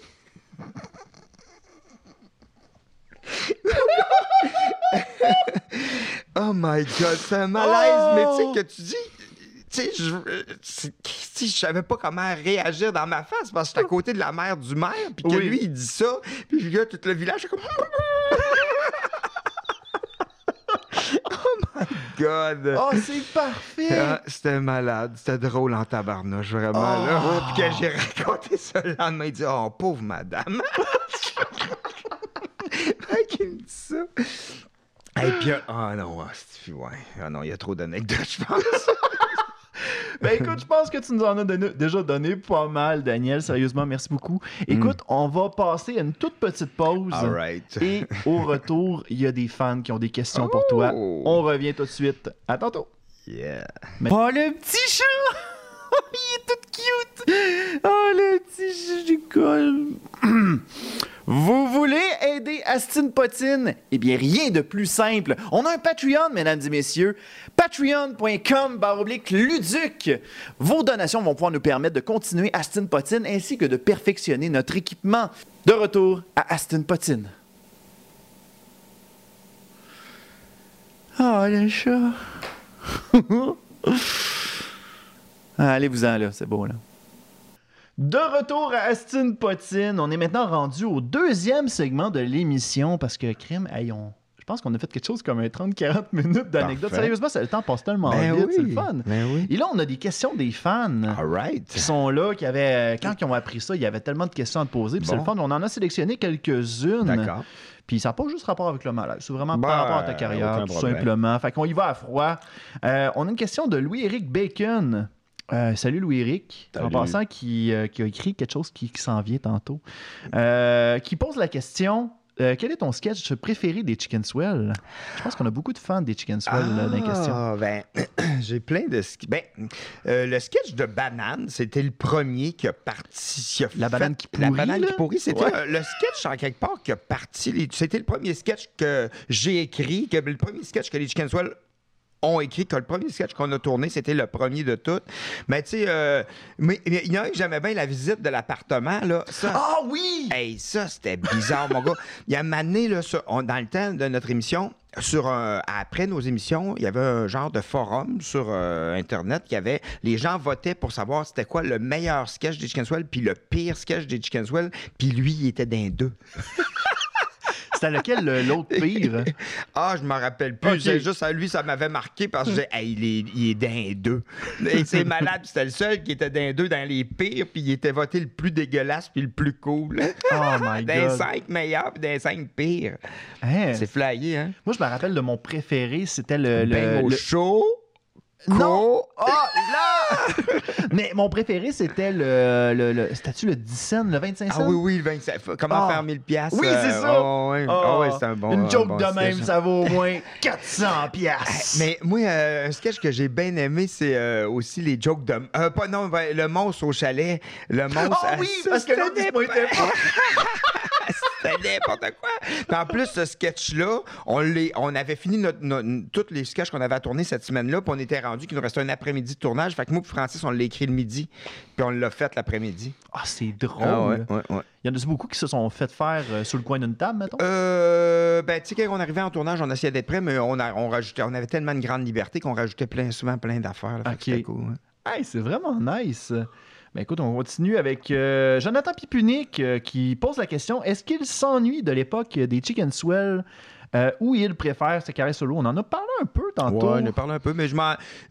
Oh my God, c'est un malaise, mais tu sais, que tu dis... je savais pas comment réagir dans ma face parce que j'étais à côté de la mère du maire, puis que lui, il dit ça, puis le gars, tout le village, est comme... Oh my God! Oh, c'est parfait! Ah, c'était malade, c'était drôle en tabarnouche, vraiment, là. Puis quand j'ai raconté ça le lendemain, il dit « Oh, pauvre madame! » Qui me dit ça. Et puis, non, il y a trop d'anecdotes, je pense. Ben écoute, je pense que tu nous en as déjà donné pas mal, Daniel. Sérieusement, merci beaucoup. Écoute, on va passer à une toute petite pause. All right. Et au retour, il y a des fans qui ont des questions pour toi. On revient tout de suite. À tantôt. Yeah. Oh, le petit chat! Il est tout cute! Oh, le petit chat du col! Vous voulez aider Astine Potine? Eh bien, rien de plus simple. On a un Patreon, mesdames et messieurs. Patreon.com/Luduc. Vos donations vont pouvoir nous permettre de continuer Astine Potine ainsi que de perfectionner notre équipement. De retour à Astine Potine. Oh, le chat! Allez-vous-en, là. C'est beau, là. De retour à Astine Potine, on est maintenant rendu au deuxième segment de l'émission parce que, crime, je pense qu'on a fait quelque chose comme un 30-40 minutes d'anecdotes. Parfait. Sérieusement, le temps passe tellement vite, c'est le fun. Ben oui. Et là, on a des questions des fans All right. qui sont là, quand ils ont appris ça, il y avait tellement de questions à te poser. Puis c'est le fun, on en a sélectionné quelques-unes. D'accord. Puis ça n'a pas juste rapport avec le malaise, c'est vraiment Ben, par rapport à ta carrière, aucun tout problème. simplement. Fait qu'on y va à froid. On a une question de Louis-Éric Bacon. Salut Louis-Éric, en Salut. passant, qui a écrit quelque chose qui s'en vient tantôt, qui pose la question quel est ton sketch préféré des Chicken Swell? Je pense qu'on a beaucoup de fans des Chicken Swell dans les questions. Ben, j'ai plein de... le sketch de Banane, c'était le premier qui a parti... La banane qui pourrit, La banane là? qui pourrit, c'était Ouais. le sketch, en quelque part, qui a parti... C'était le premier sketch que j'ai écrit, le premier sketch que les Chicken Swell ont écrit, que le premier sketch qu'on a tourné, c'était le premier de tout. Mais tu sais, mais il y en a un que j'aimais bien, la visite de l'appartement, là. Ça, Ah oui! hey, ça, c'était bizarre, mon gars. Il y a un moment donné, là, dans le temps de notre émission, après nos émissions, il y avait un genre de forum sur Internet. Les gens votaient pour savoir c'était quoi le meilleur sketch des Chicken Swell puis le pire sketch des Chicken Swell. Puis lui, il était d'un deux. C'était lequel, l'autre pire? Ah, je m'en rappelle plus. Ok. C'est juste à lui, ça m'avait marqué parce que je disais, hey, il est dans les deux. Et c'est malade, c'était le seul qui était dans les deux, dans les pires, puis il était voté le plus dégueulasse puis le plus cool. Oh my Dans les God. 5 meilleurs puis dans les 5 pires. Hein? C'est flyé, hein? Moi, je me rappelle de mon préféré, c'était Ben au chaud. Non! Oh, là! Mais mon préféré, c'était c'était-tu le 10 cents, le 25 cents? Ah oui, oui, le 25. Comment faire 1000 piastres? Oui, c'est ça! Ouais. Ah, Ouais, c'est un bon. Une joke bon de sketch, même, hein. ça vaut au moins 400 piastres. Mais moi, un sketch que j'ai bien aimé, c'est aussi les jokes de. Pas non, le monstre au chalet. Le monstre. Oh oui, parce que l'autre, il se pointait pas. C'était n'importe quoi. Puis en plus, ce sketch-là, on avait fini tous les sketchs qu'on avait à tourner cette semaine-là, puis on était rendu qu'il nous restait un après-midi de tournage. Fait que moi et Francis, on l'a écrit le midi, puis on l'a fait l'après-midi. Ah, c'est drôle. Ah ouais. Il y en a beaucoup qui se sont fait faire sur le coin d'une table, mettons. Ben, tu sais, quand on arrivait en tournage, on essayait d'être prêt, mais on rajoutait, on avait tellement de grande liberté qu'on rajoutait souvent plein d'affaires. Là, fait que c'était cool. Hein. Hey, c'est vraiment nice. Ben écoute, on continue avec Jonathan Pipunic qui pose la question, est-ce qu'il s'ennuie de l'époque des Chicken Swell ou il préfère sa carrière solo? On en a parlé un peu tantôt. Ouais, on a parlé un peu, mais je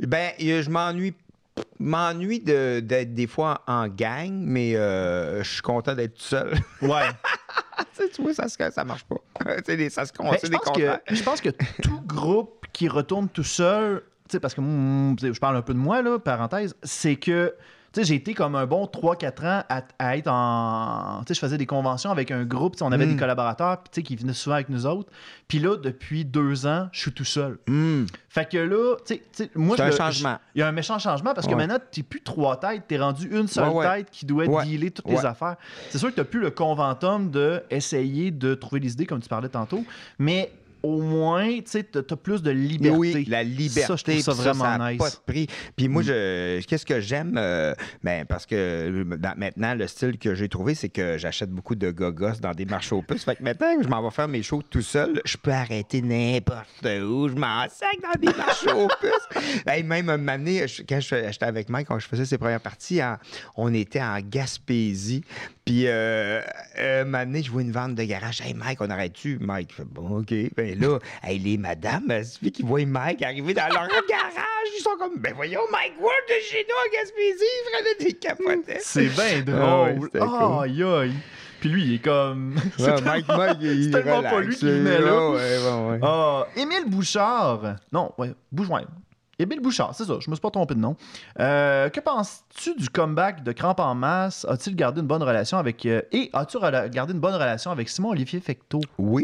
m'ennuie d'être des fois en gang, mais je suis content d'être tout seul. Ouais. Tu vois, ça marche pas. Ça se Ben, je pense que tout groupe qui retourne tout seul, tu sais, parce que je parle un peu de moi, là, parenthèse, c'est que tu sais, j'ai été comme un bon 3-4 ans à être en... Tu sais, je faisais des conventions avec un groupe, tu sais, on avait des collaborateurs tu sais, qui venaient souvent avec nous autres. Puis là, depuis 2 ans, je suis tout seul. Fait que là, tu sais, moi... C'est un changement. Il y a un méchant changement parce que maintenant, t'es plus 3 têtes, t'es rendu une seule tête qui doit dealer toutes les affaires. C'est sûr que t'as plus le conventum d'essayer de trouver des idées, comme tu parlais tantôt, mais... Au moins, tu sais, t'as plus de liberté. Oui, la liberté. Ça, je trouve ça vraiment ça nice. pas de prix. Puis moi, qu'est-ce que j'aime? Parce que maintenant, le style que j'ai trouvé, c'est que j'achète beaucoup de gogos dans des marchés aux puces. Fait que maintenant, je m'en vais faire mes shows tout seul. Je peux arrêter n'importe où. Je m'en sac dans des marchés aux puces. Hey, même une année, quand j'étais avec Mike, quand je faisais ses premières parties, on était en Gaspésie. Puis, une année, je vois une vente de garage. Hey, Mike, on arrête-tu? Mike fait bon, OK. Ben là, hey, les madames, il suffit qu'ils voient Mike arriver dans leur garage. Ils sont comme, ben voyons, Mike Ward de chez nous à Gaspésie, il ferait des capotes. C'est bien drôle. C'était cool. Aïe, aïe. Puis lui, il est comme. Ouais, Mike, il c'est tellement relax, pas lui qui venait là. Ouais. Émile Bouchard. Non, ouais, Bouchard. Émile Bouchard, c'est ça, je me suis pas trompé de nom. Que penses-tu du comeback de Crampe en masse? As-tu gardé une bonne relation avec... as-tu gardé une bonne relation avec Simon-Olivier Fecteau? Oui.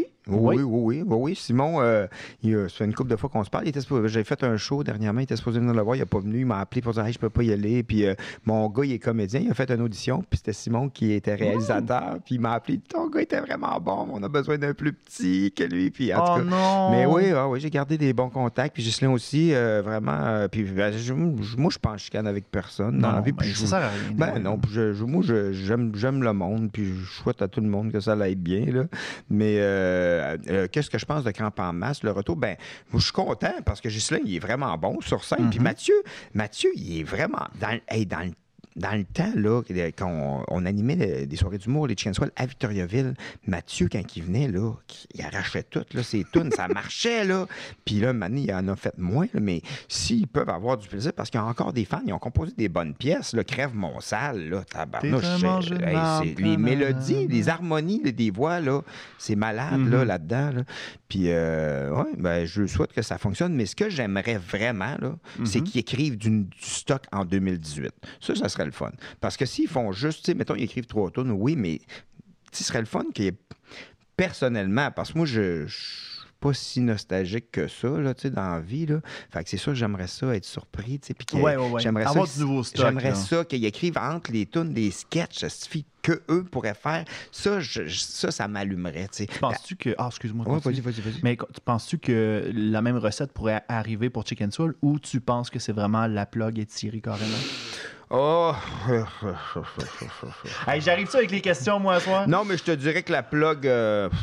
Simon, ça fait une couple de fois qu'on se parle. J'ai fait un show dernièrement, il était supposé venir le voir, il n'a pas venu, il m'a appelé pour dire hey, je peux pas y aller. Puis mon gars, il est comédien, il a fait une audition, puis c'était Simon qui était réalisateur, puis il m'a appelé, ton gars était vraiment bon, on a besoin d'un plus petit que lui. Puis en tout cas, non! Mais oui, j'ai gardé des bons contacts, puis Ghislain aussi, vraiment. Puis moi, je pense que je chicane avec personne dans la vie. Puis ça sert à rien. Ben non, moi, j'aime le monde, puis je souhaite à tout le monde que ça aille bien, là. Mais qu'est-ce que je pense de Crampe en masse, le retour? Ben, moi, je suis content parce que Ghislain, il est vraiment bon sur scène. Puis Mathieu, il est vraiment dans le temps, là, quand on animait des soirées d'humour, les Chicken Swell à Victoriaville, Mathieu, quand il venait, là, il arrachait tout, là, ses tunes, ça marchait, là. Puis là, Mané, il en a fait moins, là, mais s'ils peuvent avoir du plaisir, parce qu'il y a encore des fans, ils ont composé des bonnes pièces, là, Crève mon sale, là, tabarnouche, les mélodies, les harmonies, des voix, là, c'est malade, là-dedans, là. Puis, je souhaite que ça fonctionne, mais ce que j'aimerais vraiment, là, c'est qu'ils écrivent du stock en 2018. Ça serait le fun. Parce que s'ils font juste, tu sais, mettons, ils écrivent 3 tunes, oui, mais ce serait le fun qu'il y ait, personnellement, parce que moi, je suis pas si nostalgique que ça, là, tu sais, dans la vie, là. Fait que c'est sûr que j'aimerais ça, être surpris, tu sais, puis j'aimerais avoir du nouveau stock. J'aimerais ça qu'ils écrivent entre les tunes des sketchs, ça suffit qu'eux pourraient faire. Ça m'allumerait, tu sais. Penses-tu que... Ah, excuse-moi. Vas-y. Mais penses-tu que la même recette pourrait arriver pour Chicken Swell ou tu penses que c'est vraiment la plug étirée carrément? Oh! Hey, j'arrive-tu avec les questions, moi, ce soir? Non, mais je te dirais que la plug...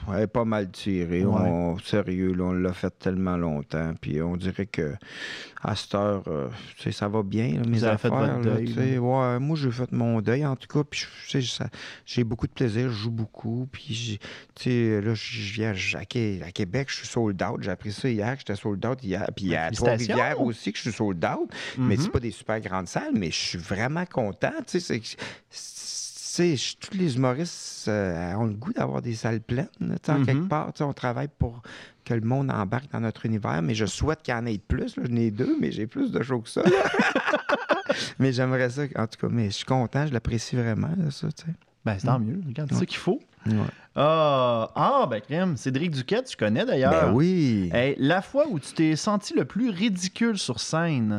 elle est pas mal tirée. Ouais. Sérieux, là, on l'a fait tellement longtemps. Puis on dirait que à cette heure, tu sais, ça va bien, là, mes Vous avez fait affaires. votre Là, deuil, tu sais. Ouais, moi, j'ai fait mon deuil, en tout cas. Puis tu sais, j'ai beaucoup de plaisir. Je joue beaucoup. Puis, tu sais, là, je viens à Québec, je suis sold out. J'ai appris ça hier, que j'étais sold out hier. Puis à Félicitations. Trois-Rivières aussi, que je suis sold out. Mais Mhm. c'est pas des super grandes salles, mais je suis vraiment content. Tu sais, tous les humoristes ont le goût d'avoir des salles pleines. Là, tu sais, en quelque part, tu sais, on travaille pour que le monde embarque dans notre univers, mais je souhaite qu'il y en ait plus. Là. J'en ai 2, mais j'ai plus de shows que ça. Là. Mais j'aimerais ça. En tout cas, mais je suis content, je l'apprécie vraiment, là, ça. Tu sais. Ben, c'est tant mieux. Regarde, c'est ça qu'il faut. Ouais. Ben, crème. Cédric Duquette, tu connais d'ailleurs. Ben oui. Hey, la fois où tu t'es senti le plus ridicule sur scène.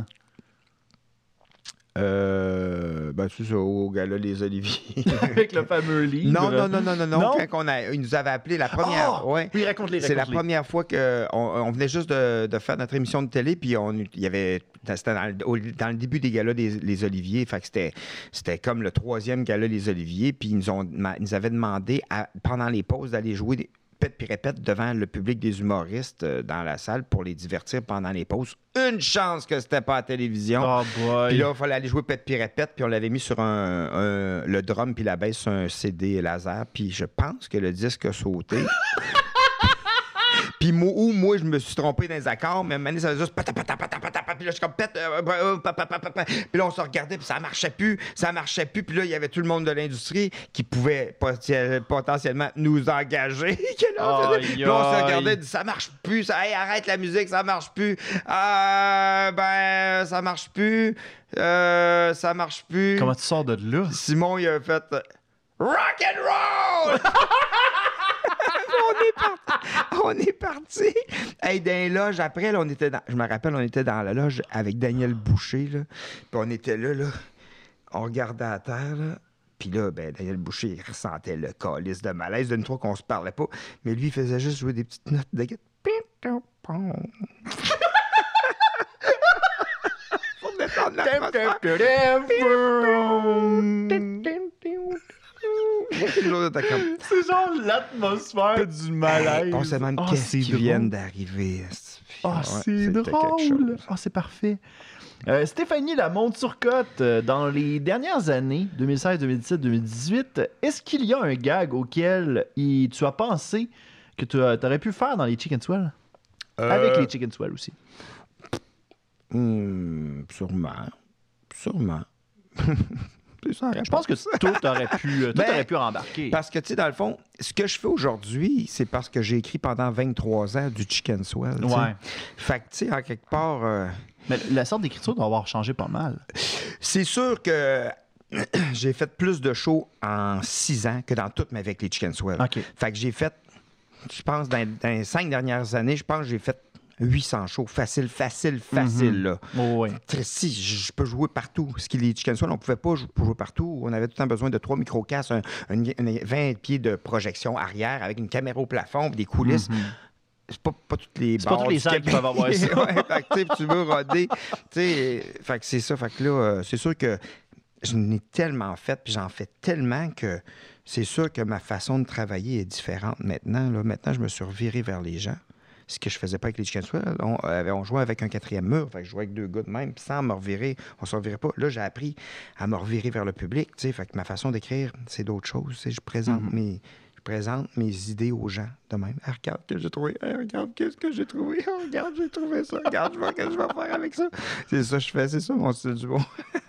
Ben, c'est ça, au gala Les Oliviers. Avec le fameux livre. Non. Quand il nous avait appelé la première. Ah! Ouais. Oui, raconte-les. C'est la première fois qu'on venait juste de faire notre émission de télé, puis il y avait. C'était dans le début des galas Les Oliviers. Fait que c'était comme le 3e gala Les Oliviers, puis ils nous avaient demandé pendant les pauses d'aller jouer pète puis répète devant le public des humoristes dans la salle pour les divertir pendant les pauses. Une chance que c'était pas à la télévision. Oh boy. Puis là, il fallait aller jouer pète puis répète, puis on l'avait mis sur le drum puis la basse sur un CD laser, puis je pense que le disque a sauté. Puis moi, je me suis trompé dans les accords, mais maintenant, ça faisait juste patapatapatapatapata, puis là, je suis comme pète, puis là, on se regardait, puis ça marchait plus, puis là, il y avait tout le monde de l'industrie qui pouvait potentiellement nous engager. Puis là, on se regardait, ça marche plus, hey, arrête la musique, ça marche plus, ça marche plus, ça marche plus. Comment tu sors de là? Simon, il a fait rock and roll! On est parti. Hey, dans les loges, après, là, je me rappelle, on était dans la loge avec Daniel Boucher, là. Puis on était là, on regardait à terre, là. Puis là, Daniel Boucher, il ressentait le calice de malaise de nous trois qu'on se parlait pas. Mais lui, il faisait juste jouer des petites notes de guitare. Pour détendre l'atmosphère. C'est genre l'atmosphère du malaise. On sait même qu'est-ce qui vient d'arriver. C'est drôle. C'est parfait. Stéphanie Lamonte-Turcotte, dans les dernières années, 2016, 2017, 2018, est-ce qu'il y a un gag auquel tu as pensé que tu aurais pu faire dans les Chicken Swell? Avec les Chicken Swell aussi. Sûrement. Je pense que tout aurait pu rembarquer. Parce que, tu sais, dans le fond, ce que je fais aujourd'hui, c'est parce que j'ai écrit pendant 23 ans du Chicken Swell. Ouais. Fait que, tu sais, en quelque part... Mais la sorte d'écriture doit avoir changé pas mal. C'est sûr que j'ai fait plus de shows en 6 ans que dans toute ma vie avec les Chicken Swell. OK. Fait que j'ai fait, je pense, dans les 5 dernières années, je pense que j'ai fait 800 shows. Facile, là. Oh, oui. Si, je peux jouer partout. Ce qui les Chicken Swell, on pouvait pas jouer partout. On avait tout le temps besoin de 3 micro-casques, 20 pieds de projection arrière avec une caméra au plafond, des coulisses. C'est pas toutes les C'est pas toutes les salles qui peuvent avoir ça. Ouais, fait que, tu veux roder. Fait que c'est ça. Fait que là, c'est sûr que j'en ai tellement fait, puis j'en fais tellement que c'est sûr que ma façon de travailler est différente maintenant. Là. Maintenant, je me suis reviré vers les gens. Ce que je faisais pas avec les Chicken Swell. On jouait avec un 4e mur. Fait que je jouais avec 2 gars de même. Puis sans me revirer, on se revirait pas. Là, j'ai appris à me revirer vers le public. Fait que ma façon d'écrire, c'est d'autres choses. Je présente mes idées aux gens de même. Ah, regarde ce que j'ai trouvé. Ah, regarde qu'est-ce que j'ai trouvé. Ah, regarde, j'ai trouvé ça. Regarde, je vois ce que je vais faire avec ça. C'est ça que je fais. C'est ça mon style du bon.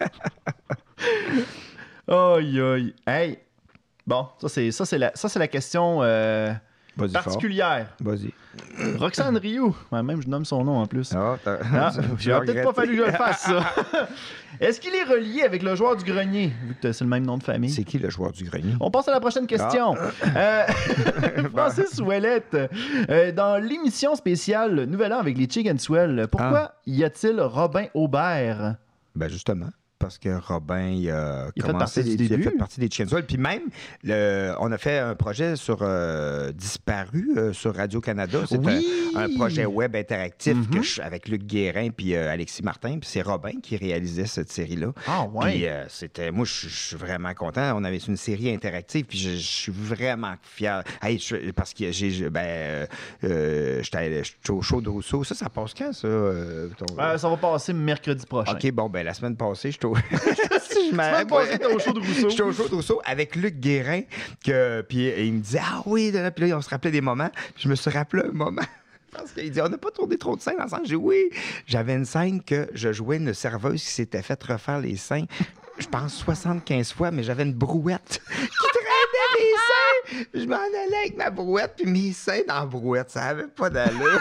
Aïe. Hey. Bon, ça c'est la question particulière. Vas-y. Roxane Rioux. Ouais, même je nomme son nom en plus. J'aurais peut-être pas fallu que je le fasse, ça. Est-ce qu'il est relié avec le joueur du grenier, vu que c'est le même nom de famille? C'est qui le joueur du grenier? On passe à la prochaine question. Francis Ouellette, dans l'émission spéciale Nouvel An avec les Chicken Swell, pourquoi y a-t-il Robin Aubert? Ben justement. parce que Robin, il a Il a fait partie du début. Il a fait partie des Chicken Swell. Puis même, on a fait un projet sur Disparu sur Radio-Canada. C'est un projet web interactif avec Luc Guérin puis Alexis Martin. Puis c'est Robin qui réalisait cette série-là. Ah ouais. Puis moi, je suis vraiment content. On avait une série interactive, puis je suis vraiment fier. Hey, parce que j'étais au show de Rousseau. Ça passe quand, ça? Ça va passer mercredi prochain. OK, bon, ben la semaine passée, j'étais au... au show de Rousseau. J'étais au show de Rousseau avec Luc Guérin, puis il me disait « Ah oui! » Puis là, on se rappelait des moments. Puis je me suis rappelé un moment. Parce qu'il dit, on n'a pas tourné trop de scènes ensemble. J'ai dit, oui. J'avais une scène que je jouais une serveuse qui s'était fait refaire les seins, je pense 75 fois, mais j'avais une brouette qui traînait les seins. Je m'en allais avec ma brouette, puis mes seins dans la brouette. Ça n'avait pas d'allure.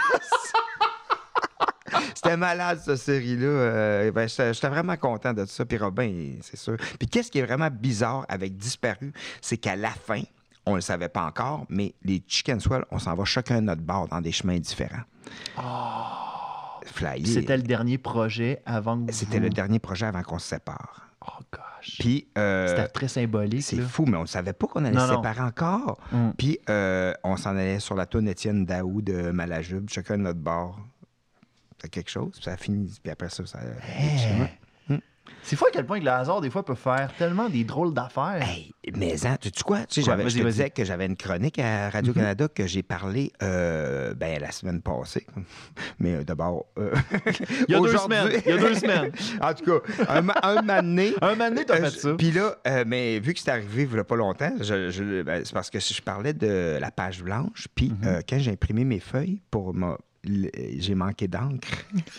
C'était malade, cette série-là. J'étais vraiment content de ça. Puis Robin, c'est sûr. Puis qu'est-ce qui est vraiment bizarre avec Disparu, c'est qu'à la fin, on ne le savait pas encore, mais les Chicken Swell, on s'en va chacun de notre bord dans des chemins différents. Flyer. C'était le dernier projet avant que C'était le dernier projet avant qu'on se sépare. Oh gosh. Puis, c'était très symbolique. C'est là. fou, mais on ne savait pas qu'on allait se séparer encore. Puis on s'en allait sur la toune Étienne Daou de Malajube, chacun de notre bord. C'est quelque chose, puis ça a fini. Puis après ça, C'est fou à quel point que le hasard, des fois, peut faire tellement des drôles d'affaires. Hey, mais tu sais quoi? Je te disais que j'avais une chronique à Radio-Canada que j'ai parlé la semaine passée. Mais d'abord... il y a 2 semaines. En tout cas, un moment donné... Un moment donné, t'as fait ça. Puis là, mais vu que c'est arrivé il n'y a pas longtemps, c'est parce que je parlais de la page blanche. Puis quand j'ai imprimé mes feuilles, j'ai manqué d'encre.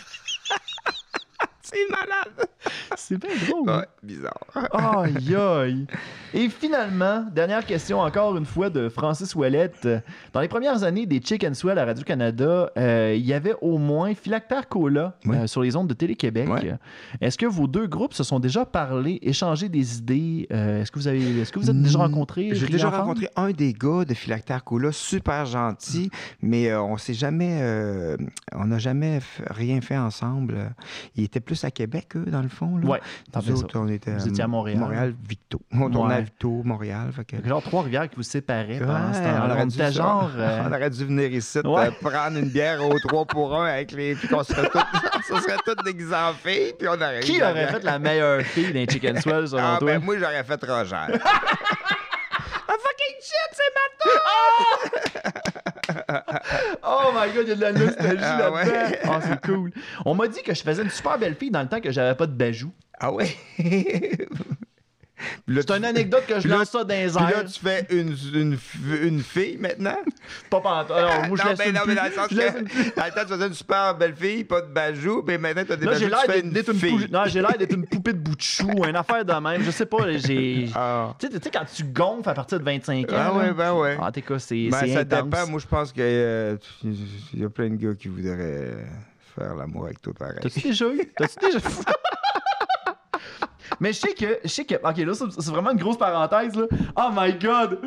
C'est malade! C'est bien drôle. Ouais, bizarre. Aïe, aïe. Et finalement, dernière question encore une fois de Francis Ouellette. Dans les premières années des Chicken Swell à Radio-Canada, il y avait au moins Philactère Cola sur les ondes de Télé-Québec. Ouais. Est-ce que vos deux groupes se sont déjà parlé, échangé des idées? Est-ce que vous êtes déjà rencontrés? J'ai déjà rencontré un des gars de Philactère Cola, super gentil, mais on n'a jamais rien fait ensemble. Il était plus à Québec, eux, dans le fond. Oui, vous étiez à Montréal. Montréal, Victo. On tournait à Victo, Montréal. Genre Trois-Rivières qui vous séparaient pendant ce temps-là. On aurait dû venir ici prendre une bière au 3 pour 1 avec les... Puis qu'on serait tous déguisés en filles, puis on aurait... Qui aurait fait la meilleure fille d'un Chicken Swell, selon toi? Ben moi, j'aurais fait Roger. Ah, fucking shit, c'est ma Oh my god, il y a de la nostalgie là-dedans. Ouais. Oh, c'est cool. On m'a dit que je faisais une super belle fille dans le temps que j'avais pas de bajou. Ah ouais? C'est une anecdote que je lance ça dans les airs. Puis là, tu fais une fille maintenant? Pas pantoute. Alors, moi, je laisse une mais dans le sens que dans le temps, tu faisais une super belle fille, pas de bajou, mais maintenant, tu as des bajoux, tu fais une fille. Non, j'ai l'air d'être une poupée de bout de chou, une affaire de même. Je sais pas, tu sais, quand tu gonfles à partir de 25 ans. Ah ouais, ben ouais. En tout cas, c'est ça intense. Dépend. Moi, je pense qu'il y a plein de gars qui voudraient faire l'amour avec toi pareil. T'as-tu déjà eu? Mais je sais que... OK, là, c'est vraiment une grosse parenthèse, là. Oh my God!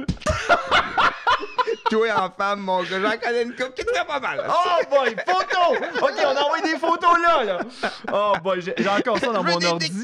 Toi en femme, mon gars, j'en connais une couple qui est très pas mal. Oh boy, photo! OK, on a envoyé des photos là. Oh boy, j'ai encore ça dans mon ordi.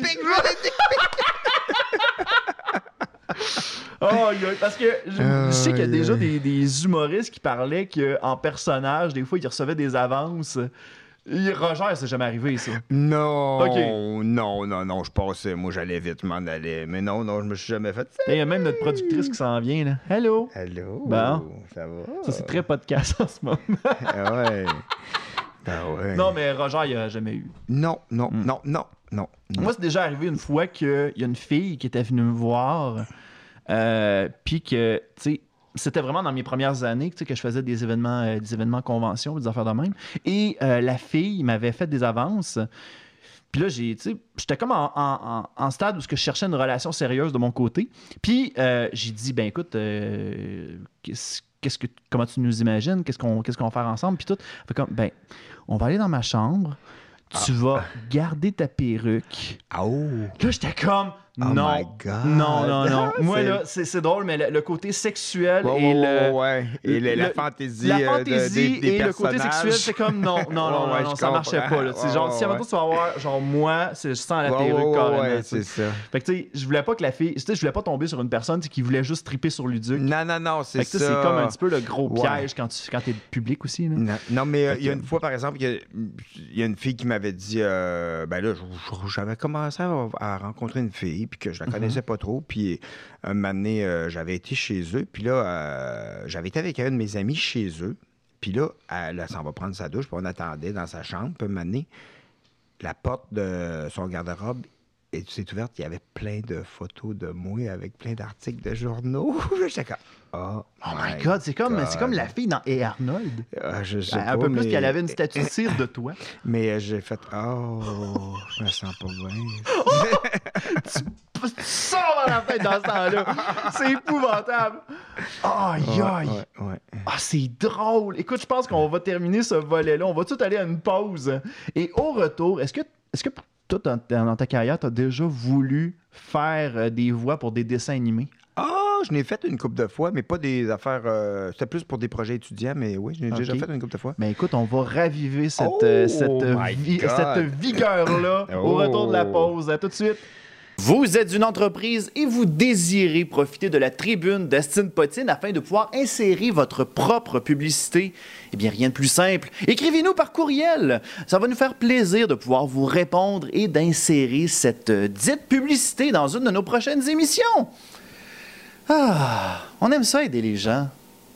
Oh, parce que je sais qu'il y a déjà des humoristes qui parlaient qu'en personnage, des fois, ils recevaient des avances. Roger, c'est jamais arrivé, ça. Non, non, je passais. Moi, j'allais vite, je m'en allais. Mais non, je me suis jamais fait. Il y a même notre productrice qui s'en vient, là. Hello. Bon. Ça va. Ça, c'est très podcast en ce moment. Ah ouais. Ben ouais. Non, mais Roger, il a jamais eu. Non. Moi, c'est déjà arrivé une fois qu'il y a une fille qui était venue me voir, puis que, tu sais, c'était vraiment dans mes premières années que je faisais des événements conventions, des affaires de même. Et la fille m'avait fait des avances. Puis là, j'étais comme en stade où je cherchais une relation sérieuse de mon côté. Puis j'ai dit, ben écoute, comment tu nous imagines? Qu'est-ce qu'on va faire ensemble? Puis tout. Fait comme, ben, on va aller dans ma chambre. Tu vas garder ta perruque. Oh. Là, j'étais comme, Oh non. my God. Non. Moi, C'est- là, c'est drôle, mais le côté sexuel Ouais, et ouais, le... ouais. Et la fantaisie. La fantaisie des et le côté personnages. sexuel, c'est comme non, Ouais, je ça marchait comprends. pas. Là. C'est genre, si avant tout, tu vas avoir, genre, moi, c'est sans la perruque, carrément. Ouais, tu sais. c'est ça. Fait que, tu sais, je voulais pas que la fille. Tu sais, je voulais pas tomber sur une personne tu sais, qui voulait juste triper sur Luduc. Non, c'est Fait que, tu sais, ça. c'est comme un petit peu le gros Ouais. piège quand t'es public aussi. Là. Non, mais Fait il y a que- une fois, par exemple, il y a une fille qui m'avait dit, ben là, j'avais commencé à rencontrer une fille, puis que je la connaissais pas trop, puis un moment donné, j'avais été chez eux, puis là, j'avais été avec un de mes amis chez eux, puis là, elle s'en va prendre sa douche, puis on attendait dans sa chambre, puis un moment donné, la porte de son garde-robe s'est ouverte, il y avait plein de photos de moi avec plein d'articles de journaux. J'étais comme, oh my God, c'est comme la fille dans Et Arnold. Je sais Un pas, peu plus mais- qu'elle avait une statue de cire de toi. Mais j'ai fait, oh, je me sens pas bien. Tu sors dans la tête dans ce temps-là. C'est épouvantable. Aïe, aïe. Ouais. Ah, c'est drôle. Écoute, je pense qu'on va terminer ce volet-là. On va tout aller à une pause. Et au retour, est-ce que toi, dans ta carrière, tu as déjà voulu faire des voix pour des dessins animés? Ah, je n'ai fait une couple de fois, mais pas des affaires. C'était plus pour des projets étudiants, mais oui, j'ai déjà Ok. fait une couple de fois. Mais écoute, on va raviver cette, Oh my God. cette vigueur-là au retour de la pause. À tout de suite. Vous êtes une entreprise et vous désirez profiter de la tribune d'Astine Potine afin de pouvoir insérer votre propre publicité. Eh bien, rien de plus simple. Écrivez-nous par courriel. Ça va nous faire plaisir de pouvoir vous répondre et d'insérer cette dite publicité dans une de nos prochaines émissions. Ah, on aime ça aider les gens.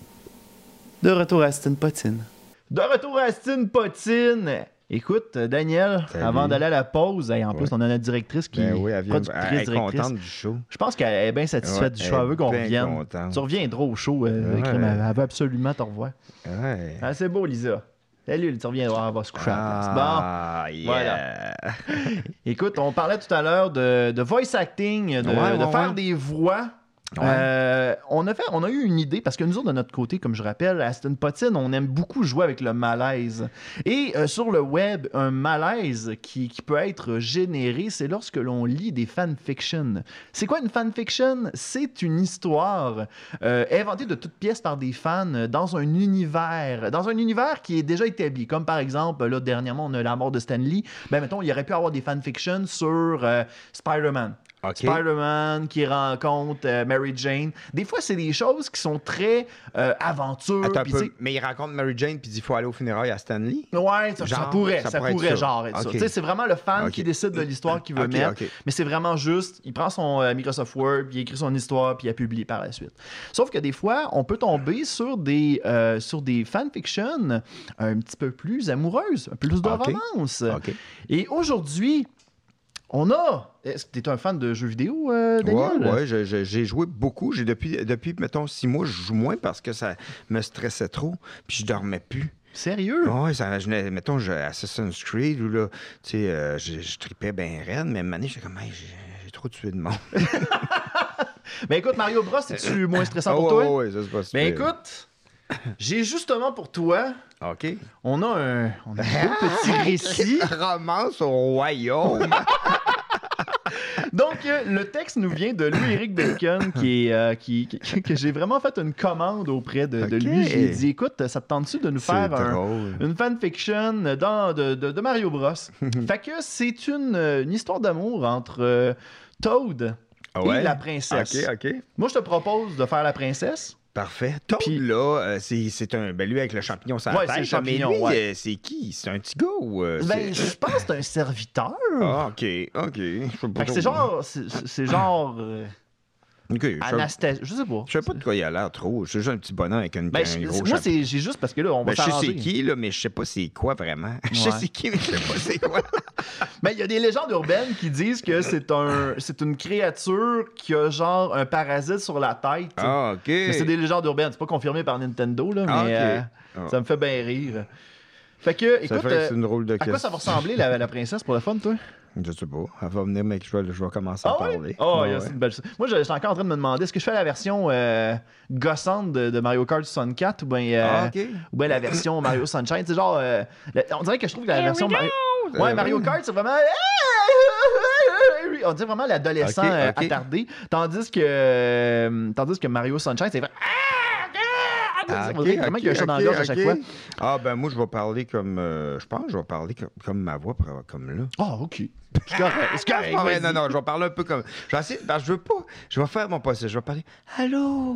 De retour à Astine Potine. De retour à Astine Potine. Écoute, Daniel, Salut. avant d'aller à la pause, et en plus, on a notre directrice qui Ben oui, elle vient, productrice, elle est directrice. contente du show. Je pense qu'elle est bien satisfaite Ouais, du show. Elle veut qu'on bien revienne. contente. Tu reviendras au show. Ouais. Crime, elle veut absolument te revoir. Ouais. Ah, c'est beau, Lisa. Salut, tu reviendras, elle va se coucher à la place. Bon. Ah, yeah. voilà. Écoute, on parlait tout à l'heure de voice acting, de faire ouais. des voix. Ouais. On a eu une idée, parce que nous autres, de notre côté, comme je rappelle, à Aston Potine, on aime beaucoup jouer avec le malaise. Et sur le web, un malaise qui peut être généré, c'est lorsque l'on lit des fanfictions. C'est quoi une fanfiction? C'est une histoire inventée de toutes pièces par des fans dans un univers qui est déjà établi. Comme par exemple, là, dernièrement, on a la mort de Stan Lee. Ben, mettons, il y aurait pu avoir des fanfictions sur Spider-Man. OK. Spider-Man qui rencontre Mary Jane. Des fois, c'est des choses qui sont très aventure. Attends un puis peu, tu sais- mais il rencontre Mary Jane puis il dit qu'il faut aller au funérailles à Stanley. Ouais, ça Genre, pourrait, ça ça pourrait pourrait être ça. genre être ça. Ok. Tu sais, c'est vraiment le fan Ok. qui décide de l'histoire qu'il veut Ok, mettre. ok. Mais c'est vraiment juste, il prend son Microsoft Word, puis il écrit son histoire, puis il la publie par la suite. Sauf que des fois, on peut tomber sur des fanfictions un petit peu plus amoureuses, un peu plus de Ok. romance. OK. Et aujourd'hui, on a... Est-ce que tu es un fan de jeux vidéo, Daniel? Ouais, j'ai joué beaucoup. Depuis, mettons, 6 mois, je joue moins parce que ça me stressait trop, puis je dormais plus. Sérieux? Ouais, mettons, Assassin's Creed, où là, tu sais, je tripais bien raide, mais à un moment donné, j'étais comme, hey, j'ai trop tué de monde. Ben écoute, Mario Bros, c'est-tu moins stressant pour Ah, toi? ouais, ça, c'est pas Ben super. écoute, j'ai justement pour toi, OK. on a un beau petit récit. Romance au royaume. Donc, le texte nous vient de Louis-Éric Bacon, que j'ai vraiment fait une commande auprès de Ok. lui. J'ai dit, écoute, ça te tente-tu de nous C'est faire drôle. une fanfiction de Mario Bros? Fait que c'est une histoire d'amour entre Toad Ah et ouais? la princesse. OK. Moi, je te propose de faire la princesse. Parfait. Toad, Puis- là, c'est un. Ben, lui, avec le champignon sur la Ouais, tête, c'est le là, mais champignon, lui, ouais. c'est qui? C'est un petit gars ou. Ben, je pense que c'est un serviteur. Ah, OK. Je sais pas Fait que trop. c'est genre. C'est genre. OK. Anastasie. Je sais pas. Je sais pas de quoi il a l'air trop. C'est juste un petit bonhomme avec Ben, un gros moi, chapeau. j'ai juste parce que là, on va Ben, je sais s'arranger. c'est qui, là, mais je sais pas c'est quoi vraiment. Je sais Ouais. c'est qui, mais je sais pas c'est quoi. Ben, il y a des légendes urbaines qui disent que c'est une créature qui a genre un parasite sur la tête. Ah, OK. Mais c'est des légendes urbaines. C'est pas confirmé par Nintendo, là, Ah, mais ok. Ah. ça me fait bien rire. Fait que, Ça écoute, fait que c'est une drôle de à quoi ça va ressembler la princesse pour le fun, toi? Je sais pas. Elle va venir, mec, je vais commencer à Ah ouais? parler. Oh, Ouais, c'est une belle... Moi, je suis encore en train de me demander, est-ce que je fais la version gossante de Mario Kart 64 ou bien Ah, OK. ou bien la version Mario Sunshine? C'est genre... on dirait que je trouve que la version Mario... Ouais, Mario Kart, c'est vraiment... on dit vraiment l'adolescent Ok. attardé. Tandis que Mario Sunshine, c'est vrai. On dirait vraiment qu'il y a un chat dans la gorge à chaque fois. Ah, ben moi, je vais parler comme... je pense que je vais parler comme ma voix, comme là. Ah, OK. C'est correct. C'est correct. Ouais, Vas-y. non, je vais parler un peu comme... Je vais essayer... parce que je veux pas... Je vais faire mon possible. Je vais parler... Allô?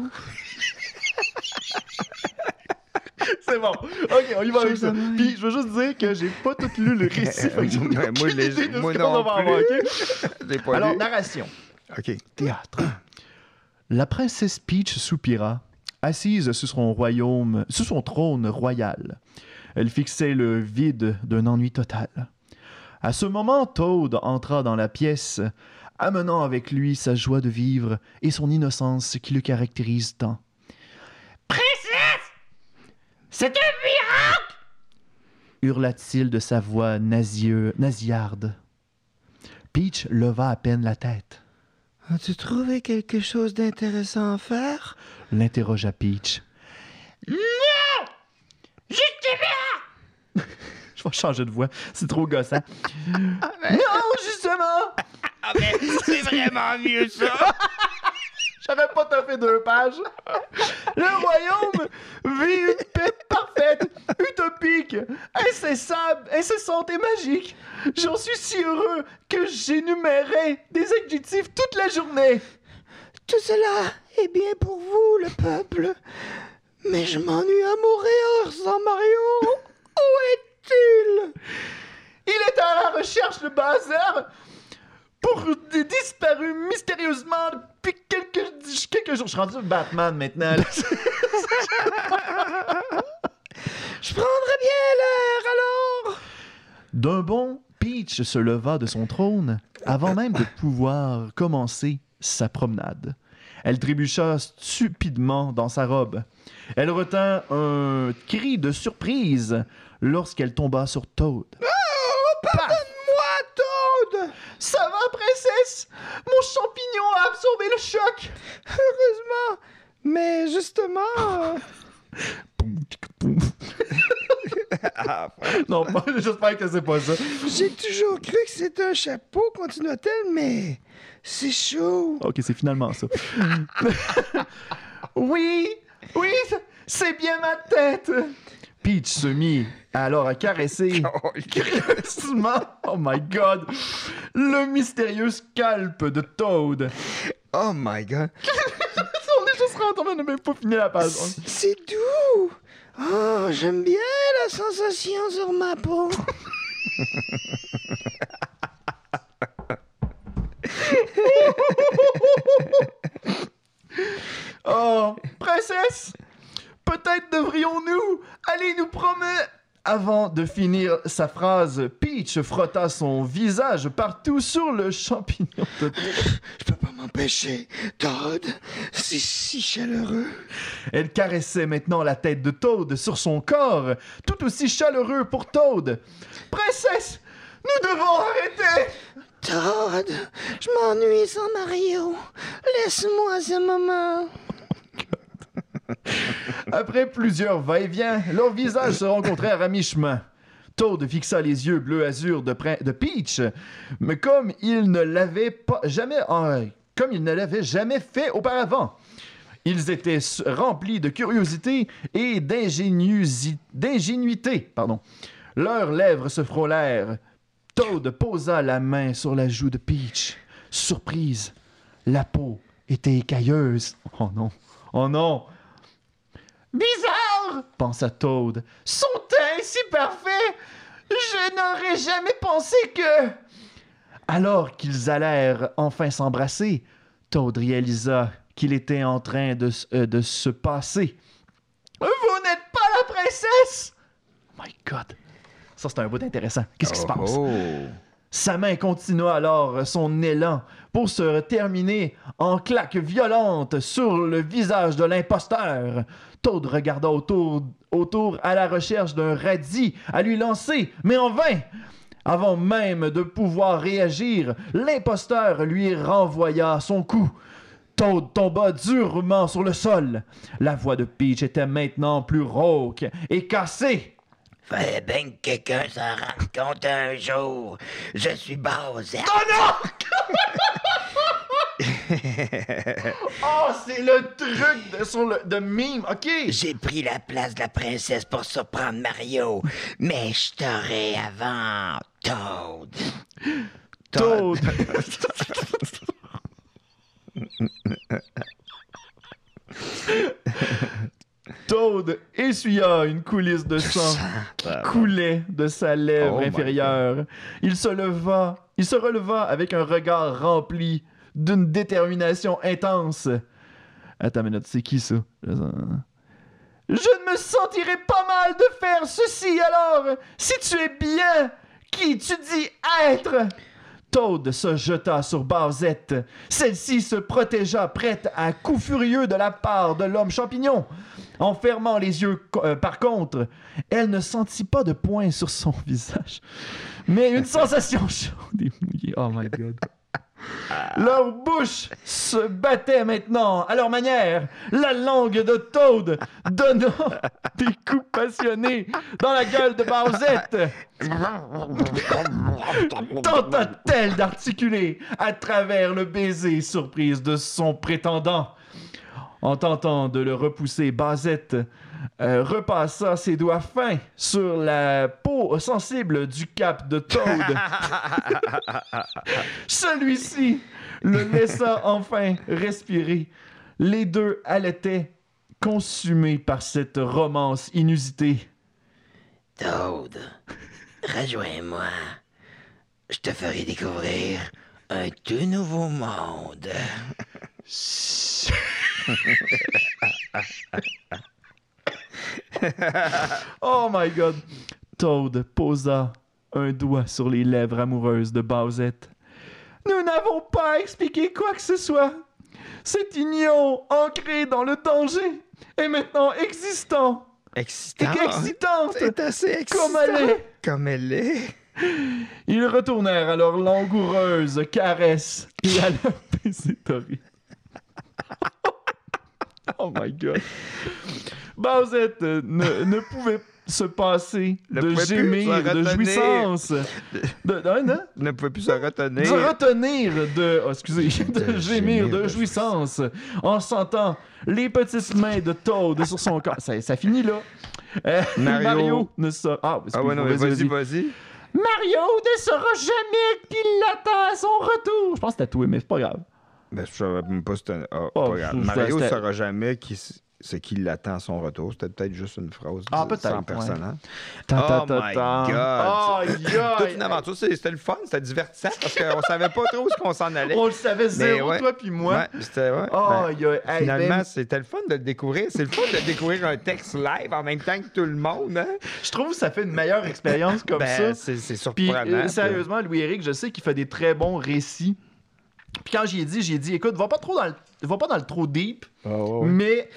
C'est bon. OK, on y va avec ça. Puis, je veux juste dire que j'ai pas tout lu le récit. Fait que j'ai Ouais, moi, aucune idée de ce moi qu'on non va avoir, plus. OK? J'ai pas Alors, lu. narration. OK. Théâtre. La princesse Peach soupira, assise sur son trône royal. Elle fixait le vide d'un ennui total. À ce moment, Toad entra dans la pièce, amenant avec lui sa joie de vivre et son innocence qui le caractérise tant. Princesse! C'est un miracle! Hurla-t-il de sa voix nasillarde. Peach leva à peine la tête. As-tu trouvé quelque chose d'intéressant à faire? L'interrogea Peach. Non! Justement! Je vais changer de voix, c'est trop gossant. Non, justement! Ah, mais c'est vraiment mieux, ça! J'aurais pas tapé 2 pages. Le royaume vit une paix parfaite, utopique, incessante et magique. J'en suis si heureux que j'énumérerai des adjectifs toute la journée. Tout cela est bien pour vous, le peuple. Mais je m'ennuie à mourir sans Mario. Où est-il? Il est à la recherche de Bowser pour des disparus mystérieusement depuis quelques jours. Je suis rendu Batman maintenant. Là. Je prendrais bien l'air, alors. D'un bond, Peach se leva de son trône avant même de pouvoir commencer sa promenade. Elle trébucha stupidement dans sa robe. Elle retint un cri de surprise lorsqu'elle tomba sur Toad. Oh, pardonne-moi, Toad. Ça va, princesse? Mon champignon a absorbé le choc. Heureusement. Mais justement... Non, j'espère que c'est pas ça. J'ai toujours cru que c'était un chapeau, continua-t-elle, mais c'est chaud. Ok, c'est finalement ça. Oui, c'est bien ma tête. Peach se mit alors à caresser curieusement, oh my god, le mystérieux scalp de Toad. Oh my god. On est juste rentré, on n'a même pas fini la page. C'est doux. Oh, j'aime bien la sensation sur ma peau. Oh, princesse, peut-être devrions-nous aller nous promener. Avant de finir sa phrase, Peach frotta son visage partout sur le champignon de Je peux pas m'empêcher, Toad. C'est si chaleureux. Elle caressait maintenant la tête de Toad sur son corps, tout aussi chaleureux pour Toad. Princesse, nous devons arrêter. Toad, je m'ennuie sans Mario. Laisse-moi ce moment. Après plusieurs va-et-vient, leurs visages se rencontrèrent à mi-chemin. Toad fixa les yeux bleu azur de Peach, mais comme il ne l'avait jamais fait auparavant. Ils étaient remplis de curiosité et d'ingénuité. Leurs lèvres se frôlèrent. Toad posa la main sur la joue de Peach. Surprise, la peau était écailleuse. Oh non, oh non! Bizarre, pensa Toad. Son teint si parfait, je n'aurais jamais pensé que... Alors qu'ils allèrent enfin s'embrasser, Toad réalisa qu'il était en train de se passer. Vous n'êtes pas la princesse! Oh my God! Ça, c'est un bout intéressant. Qu'est-ce qui se passe? Sa main continua alors son élan pour se terminer en claque violente sur le visage de l'imposteur. Toad regarda autour à la recherche d'un radis à lui lancer, mais en vain. Avant même de pouvoir réagir, l'imposteur lui renvoya son coup. Toad tomba durement sur le sol. La voix de Peach était maintenant plus rauque et cassée. Fallait bien que quelqu'un s'en rende compte un jour. Je suis Bowser. Oh non! Oh, c'est le truc de meme. OK. J'ai pris la place de la princesse pour surprendre Mario. Mais je t'aurai avant Toad. Toad. Toad essuya une coulisse de sang qui coulait de sa lèvre inférieure. Il se releva avec un regard rempli d'une détermination intense. Attends une minute, c'est qui ça? Je ne me sentirais pas mal de faire ceci alors, si tu es bien qui tu dis être. Toad se jeta sur Bowsette. Celle-ci se protégea, prête à coup furieux de la part de l'homme champignon. En fermant les yeux, par contre, elle ne sentit pas de poing sur son visage, mais une sensation chaude et mouillée. Oh my God. Leur bouche se battait maintenant à leur manière. La langue de Toad donnant des coups passionnés dans la gueule de Bowsette. Tenta-t-elle d'articuler à travers le baiser surprise de son prétendant. En tentant de le repousser, Bowsette repassa ses doigts fins sur la peau sensible du cap de Toad. Celui-ci le laissa enfin respirer. Les deux allaitaient, consumés par cette romance inusitée. Toad, rejoins-moi. Je te ferai découvrir un tout nouveau monde. Oh my God! Toad posa un doigt sur les lèvres amoureuses de Bowsette. Nous n'avons pas expliqué quoi que ce soit. Cette union ancrée dans le danger est maintenant excitante. C'est assez excitant. Comme elle est. Ils retournèrent à leur langoureuse caresse et à leur baiser torride. Oh my God. Bowsette ne pouvait se passer de gémir, de jouissance. Ne pouvait plus se retenir. De gémir de jouissance en sentant les petites mains de Toad sur son corps. Ça finit là. Mario ne sera... vas-y. Mario ne saura jamais qu'il l'attend à son retour. Je pense que c'était tout, mais c'est pas grave. Ben, je savais même pas si c'était... pas grave. Mario ne saura jamais c'est qui l'attend à son retour. C'était peut-être juste une phrase sans personnage. Oh my God! Toute une aventure. C'était le fun, c'était divertissant parce qu'on savait pas trop où on s'en allait. On le savait zéro, toi puis moi. Finalement, c'était le fun de le découvrir. C'est le fun de découvrir un texte live en même temps que tout le monde. Hein? Je trouve que ça fait une meilleure expérience comme ça. C'est surprenant. Puis, sérieusement, Louis-Éric, je sais qu'il fait des très bons récits. Puis quand j'ai dit, écoute, va pas dans le trop deep, mais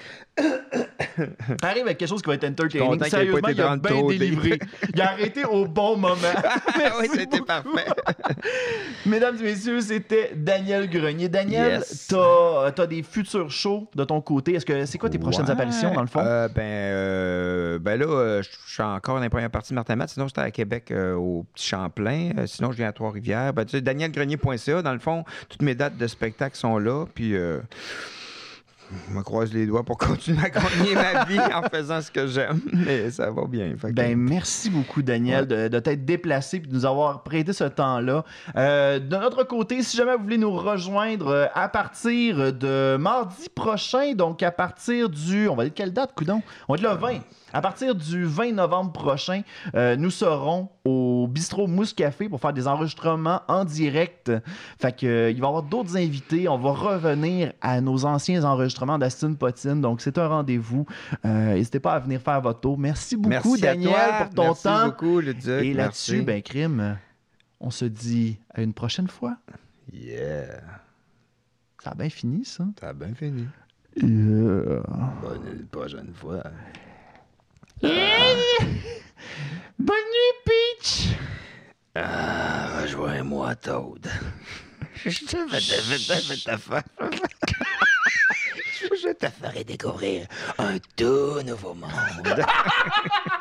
arrive avec quelque chose qui va être entertaining. Sérieusement, il a bien délivré. Il a arrêté au bon moment. Oui, c'était parfait. Mesdames et messieurs, c'était Daniel Grenier. Daniel, t'as des futurs shows de ton côté. C'est quoi tes prochaines apparitions, dans le fond? Là, je suis encore dans la première partie de Martin Matt. Sinon, j'étais à Québec au Petit Champlain. Sinon, je viens à Trois-Rivières. Tu sais, danielgrenier.ca, dans le fond, toutes mes dates de spectacle sont là. Puis... je me croise les doigts pour continuer à gagner ma vie en faisant ce que j'aime. Mais ça va bien. Merci beaucoup, Daniel, de t'être déplacé et de nous avoir prêté ce temps-là. De notre côté, si jamais vous voulez nous rejoindre à partir de mardi prochain, donc à partir du... On va dire quelle date, coudonc? On va dire le 20. À partir du 20 novembre prochain, nous serons au Bistrot Mousse Café pour faire des enregistrements en direct. Fait que, il va y avoir d'autres invités. On va revenir à nos anciens enregistrements d'Astine Potine. Donc, c'est un rendez-vous. N'hésitez pas à venir faire votre tour. Merci beaucoup, Daniel, pour ton temps. Merci beaucoup, Luduc. Et là-dessus, Crime, on se dit à une prochaine fois. Yeah. Ça a bien fini, ça. Ça a bien fini. Bonne prochaine fois. Bonne nuit, Peach! Rejoins-moi, Toad. Je te ferai découvrir un tout nouveau monde.